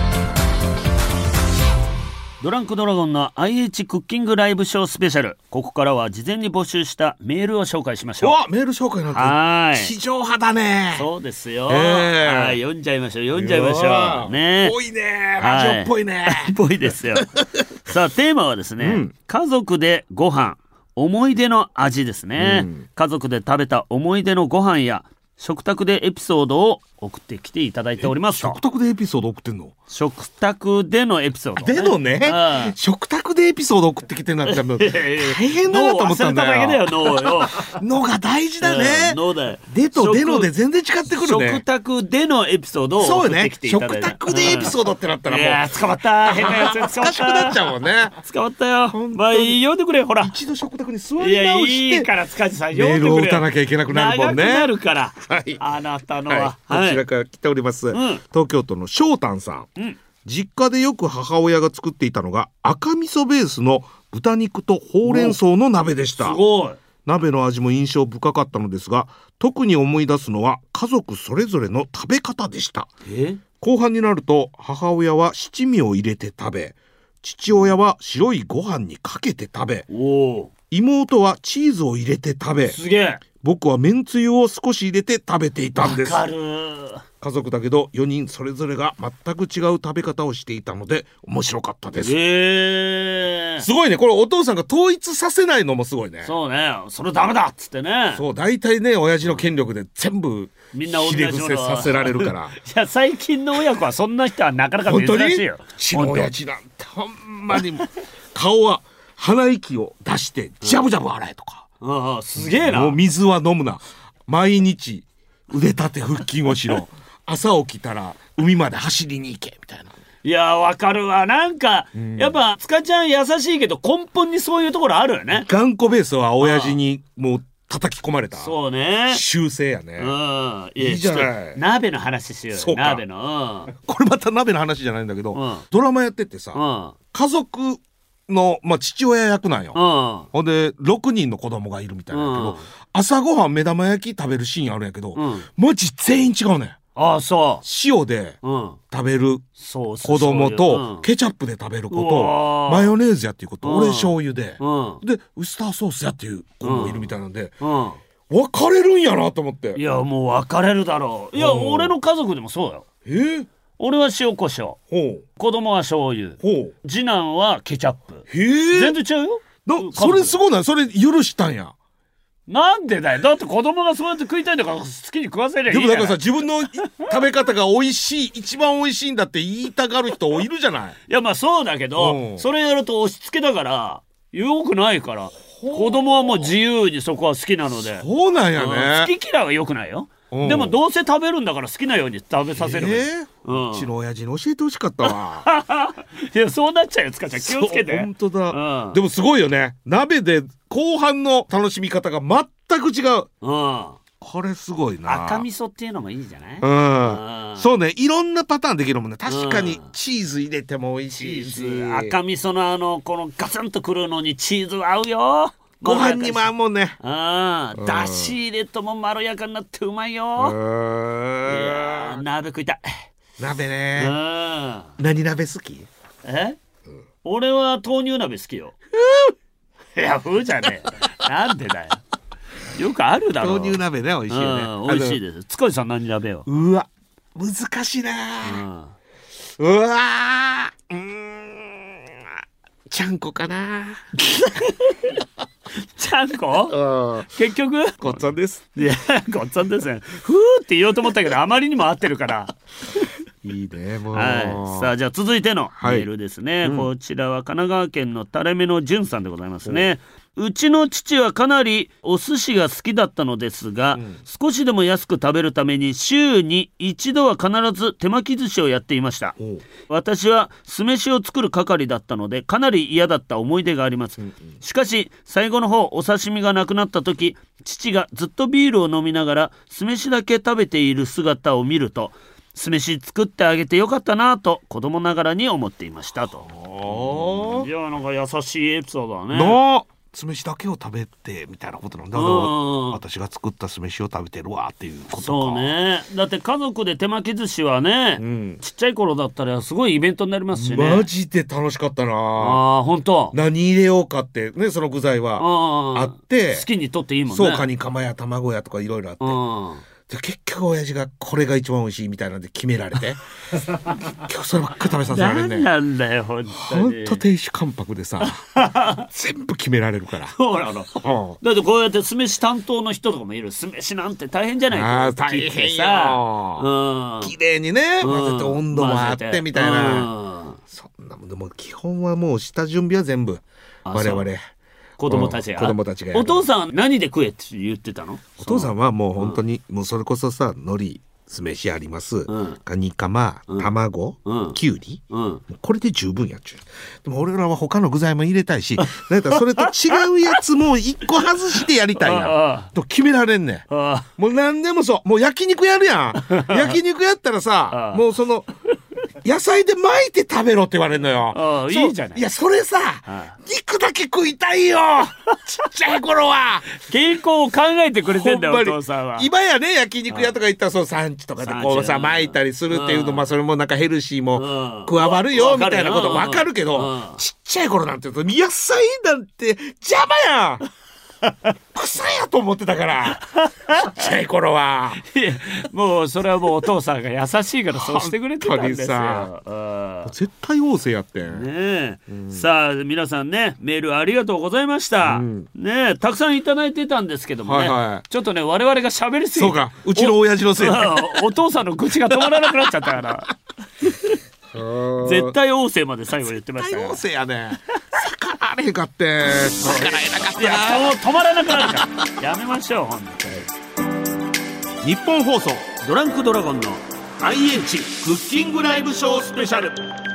ドランクドラゴンの IH クッキングライブショースペシャル。ここからは事前に募集したメールを紹介しましょう。 メール紹介なんて地上波だね。 そうですよ、はい、読んじゃいましょうね。 ぽいねラジオっぽいね、 ぽいですよさあテーマはですね、家族でご飯思い出の味ですね、家族で食べた思い出のご飯や食卓でエピソードを送ってきていただいております。 食卓でエピソード送ってんの？ 食卓でのエピソード、 でのね、食卓でエピソード送ってきてなんかもう大変だなと思ったんだよ。脳が大事だね。 脳だよ。 でとでので全然違ってくるね。 食卓でのエピソードを送ってきていただいて、 食卓でエピソードってなったらもう捕まった変なやつ懐かしくなっちゃうもんね。 捕まったよ。まあ読んでくれほら。 一度食卓に座り直していいから塚地さんメールを打たなきゃいけなくなるもんね。 長くなるからあなたのはこちらから来ております。東京都の翔太さん、実家でよく母親が作っていたのが赤味噌ベースの豚肉とほうれん草の鍋でした。 すごい。 鍋の味も印象深かったのですが、特に思い出すのは家族それぞれの食べ方でした。後半になると母親は七味を入れて食べ、父親は白いご飯にかけて食べ、妹はチーズを入れて食べ、 すげえ。 僕はめんつゆを少し入れて食べていたんです。 わかる。 家族だけど4人それぞれが全く違う食べ方をしていたので面白かったです。すごいね。これお父さんが統一させないのもすごいね。 そうね。それダメだっつってね。 そう大体ね親父の権力で全部みんなひれ伏せさせられるからいや最近の親子はそんな人はなかなか珍しいよ。 うちの親父なんてほんまに顔は鼻息を出してジャブジャブ洗えとか、 すげえな。 もう水は飲むな、毎日腕立て腹筋をしろ朝起きたら海まで走りに行けみたいな。 いやわかるわ。なんか、やっぱ塚ちゃん優しいけど根本にそういうところあるよね。 頑固ベースは親父にもう叩き込まれたそうね修正やね。いいじゃない。 鍋の話しようよ。 そうか鍋の、 これまた鍋の話じゃないんだけど、ドラマやっててさ、家族の、父親役なんよ、ほんで6人の子供がいるみたいなんやけど、朝ごはん目玉焼き食べるシーンあるんやけど、マジ全員違うねん。 そう塩で食べる子供と、ケチャップで食べる子と、マヨネーズやっていう子と、俺醤油で、でウスターソースやっていう子もいるみたいなんで、分かれるんやなと思って。 いやもう分かれるだろう。いや、俺の家族でもそうよ。 俺は塩コショウ、子供は醤油、次男はケチャップ。全然違うよ。 それすごいな。それ許したんや。 なんでだよ。だって子供がそうやって食いたいんだから好きに食わせりゃいいじゃない。 でもだからさ、自分の食べ方が美味しい、一番美味しいんだって言いたがる人いるじゃない。 いやまあそうだけど、それやると押し付けだからよくないから、子供はもう自由にそこは好きなので。 そうなんやね。 好き嫌いはよくないよ。でもどうせ食べるんだから好きなように食べさせる。 うちの親父に教えてほしかったわ。 いやそうなっちゃうよ、塚ちゃん気をつけて。 本当だ、でもすごいよね。鍋で後半の楽しみ方が全く違う。これすごいな。 赤味噌っていうのもいいじゃない。 そうね、いろんなパターンできるもんね。確かにチーズ入れても美味しいし、 赤味噌のこのガツンとくるのにチーズ合うよ。 ご飯にも合うもんね。 だし入れともまろやかになってうまいよ。いや鍋食いたい。 鍋ね。何鍋好き？ 俺は豆乳鍋好きよ。いや風じゃねえ。なんでだよ。よくあるだろ。 豆乳鍋ね、美味しいよね。美味しいです。塚地さん何鍋よ。 うわ難しいな。うわちゃんこかな。 ちゃんこ？結局ごっつぁんです。 いやごっつぁんですね。ふーって言おうと思ったけどあまりにも合ってるからいいねもう。 さあじゃあ続いてのメールですね。こちらは神奈川県の垂れ目のじゅんさんでございますね。うちの父はかなりお寿司が好きだったのですが、少しでも安く食べるために週に一度は必ず手巻き寿司をやっていました。私は酢飯を作る係だったのでかなり嫌だった思い出があります。しかし最後の方お刺身がなくなった時、父がずっとビールを飲みながら酢飯だけ食べている姿を見ると、酢飯作ってあげてよかったなと子供ながらに思っていましたと。いやなんか優しいエピソードだね。 酢飯だけを食べてみたいなことなんだ。私が作った酢飯を食べてるわっていうことか。 そうね。だって家族で手巻き寿司はね、ちっちゃい頃だったらすごいイベントになりますしね。 マジで楽しかったな。 本当。 何入れようかってね、その具材はあって好きにとっていいもんね。 そう、カニカマや卵やとかいろいろあって、で結局親父がこれが一番美味しいみたいなんで決められて今日そればっかり食べさせられるね。 なんだよ本当に。 ほんと亭主関白でさ全部決められるから。 そうなの。だってこうやって酢飯担当の人とかもいる。酢飯なんて大変じゃないか。 大変よ。綺麗にね混ぜて温度もあってみたいな。そんなもんでも基本はもう下準備は全部我々 子供たちがお父さん何で食えって言ってたの？ お父さんはもう本当にもうそれこそさ、海苔酢飯あります、カニカマ、卵、きゅうり、これで十分やっちゅう。でも俺らは他の具材も入れたいし、なんかそれと違うやつも一個外してやりたいやんと決められんねん。もう何でもそう、もう焼肉やるやん。焼肉やったらさ、もうその野菜で巻いて食べろって言われるのよ。 いいじゃない。 いやそれさ、肉だけ食いたいよちっちゃい頃は。 健康を考えてくれてんだよお父さんは。 今やね焼肉屋とか行ったらそう産地とかでこうさ巻いたりするっていうの、まあそれもなんかヘルシーも加わるよみたいなこと分かるけど、ちっちゃい頃なんて言うと野菜なんて邪魔やん草やと思ってたからちっちゃい頃は。 もうそれはもうお父さんが優しいからそうしてくれてたんですよ。 絶対旺盛やってんね。さあ皆さんねメールありがとうございました、ね。たくさんいただいてたんですけどもね、ちょっとね我々が喋りすぎて、 そうか、うちの親父のせいでお父さんの口が止まらなくなっちゃったから絶対旺盛まで最後言ってましたから。 絶対旺盛やね。逆られへんかって逆らえなかったな。 いや止まらなくなるからやめましょう本当に。日本放送ドランクドラゴンの IH クッキングライブショースペシャル。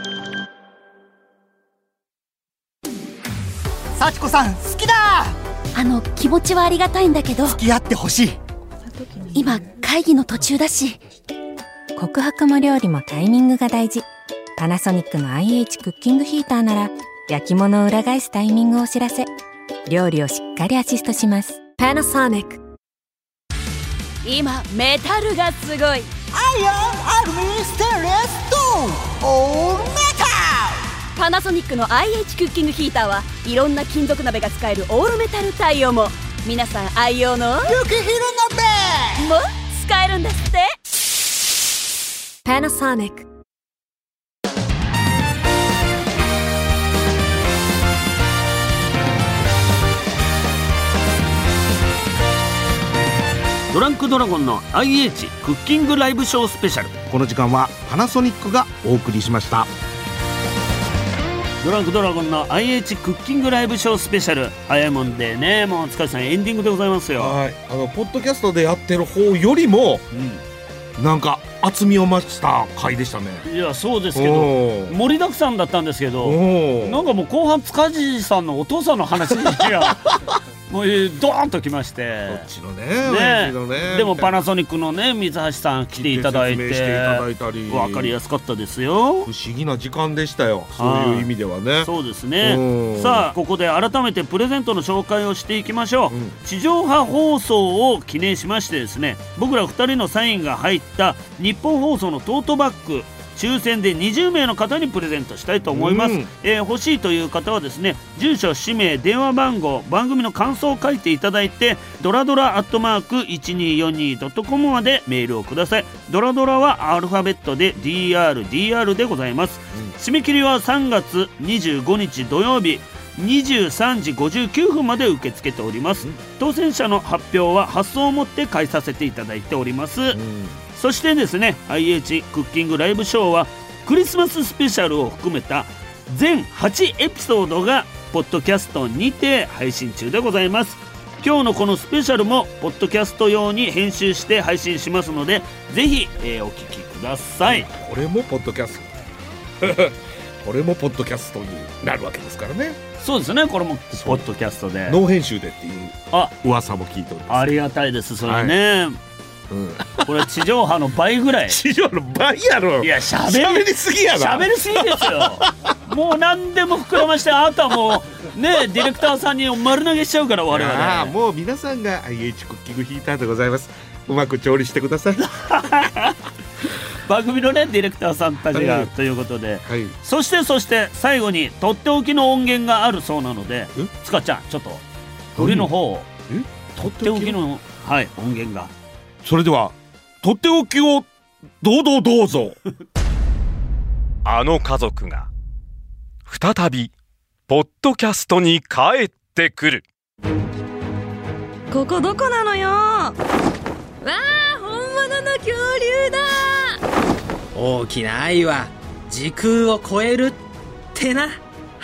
幸子さん好きだ。 気持ちはありがたいんだけど付き合ってほしい。 今会議の途中だし。告白も料理もタイミングが大事。パナソニックの IH クッキングヒーターなら焼き物を裏返すタイミングを知らせ、料理をしっかりアシストします。パナソニック。今メタルがすごい。アイアンアルミステンレスストーンオールメタル。パナソニックの IH クッキングヒーターはいろんな金属鍋が使えるオールメタル対応も。皆さん愛用の雪広鍋も使えるんですって。パナソニック。 ドランクドラゴンの IH クッキングライブショースペシャル。 この時間はパナソニックがお送りしました。 ドランクドラゴンの IH クッキングライブショースペシャル、早いもんでね、もう塚地さんエンディングでございますよ。 はい、ポッドキャストでやってる方よりも、なんか厚みを増した回でしたね。 いやそうですけど盛りだくさんだったんですけど、なんかもう後半塚地さんのお父さんの話がもうドーンときまして、 こっちのねでもパナソニックのね水橋さん来ていただいて分かりやすかったですよ。 不思議な時間でしたよ、そういう意味ではね。 そうですね。さあここで改めてプレゼントの紹介をしていきましょう。地上波放送を記念しましてですね、僕ら2人のサインが入った日本放送のトートバッグ、抽選で20名の方にプレゼントしたいと思います。欲しいという方はですね、住所、氏名、電話番号、番組の感想を書いていただいて、ドラドラ@1242.com までメールをください。ドラドラはアルファベットで DR でございます。締め切りは3月25日土曜日23時59分まで受け付けております。当選者の発表は発送をもって返させていただいております。そしてですね、 IH クッキングライブショーはクリスマススペシャルを含めた全8エピソードがポッドキャストにて配信中でございます。今日のこのスペシャルもポッドキャスト用に編集して配信しますので、ぜひ、お聞きください。 これもポッドキャストこれもポッドキャストになるわけですからね。 そうですね、これもポッドキャストでノー編集でっていう噂も聞いております。 ありがたいです、それね。これ地上波の倍ぐらい。 地上波の倍やろ。 いや喋りすぎやな。喋りすぎですよ。もう何でも膨らまして、あとはもうね、ディレクターさんに丸投げしちゃうから我々。 もう皆さんが IH クッキングヒーターでございます。うまく調理してください。 番組のねディレクターさんたちがということで、そして最後にとっておきの音源があるそうなので、塚ちゃんちょっと振りの方を、とっておきの音源が。 それではとっておきをどうぞ。 あの家族が再びポッドキャストに帰ってくる。 ここどこなのよ。わあ、 本物の恐竜だ。 大きな愛は時空を超えるってな。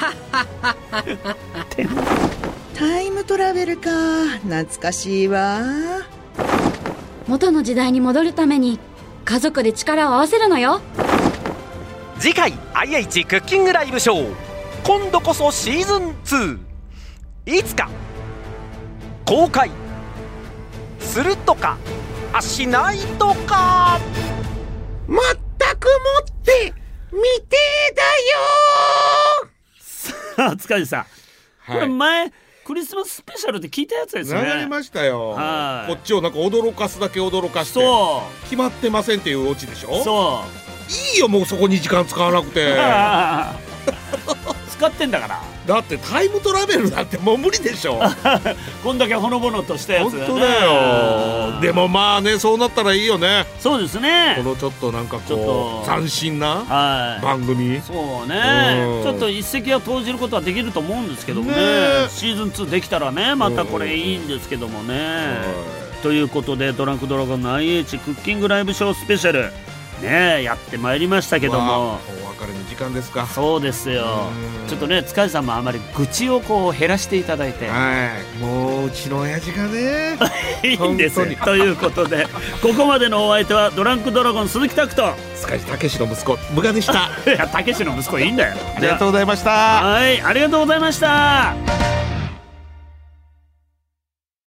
タイムトラベルか、懐かしいわ。 元の時代に戻るために家族で力を合わせるのよ。 次回 IH クッキングライブショー、今度こそシーズン2、いつか公開するとかしないとか、 まったくもって未定だよ。さあ塚地さん、これ前クリスマススペシャルで聞いたやつですね。 流れましたよ。こっちをなんか驚かすだけ驚かして、決まってませんっていうオチでしょ。いいよ、もうそこに時間使わなくて。 使ってんだから。 だってタイムトラベルなんてもう無理でしょ。 こんだけほのぼのとしたやつだね。 本当だよ。でもまあね、そうなったらいいよね。 そうですね。 このちょっとなんかこう斬新な番組。 そうね、ちょっと一石は投じることはできると思うんですけどもね。シーズン2できたらね、またこれいいんですけどもね。ということでドランクドラゴンの IH クッキングライブショースペシャルね、やってまいりましたけども、 お別れの時間ですか。 そうですよ。ちょっとね、塚地さんもあまり愚痴をこう減らしていただいて、 もううちの親父がねいいんですということで、ここまでのお相手はドランクドラゴン鈴木拓と塚地武の息子無我でした。 いや、武の息子いいんだよ。 ありがとうございました。 はい、ありがとうございました。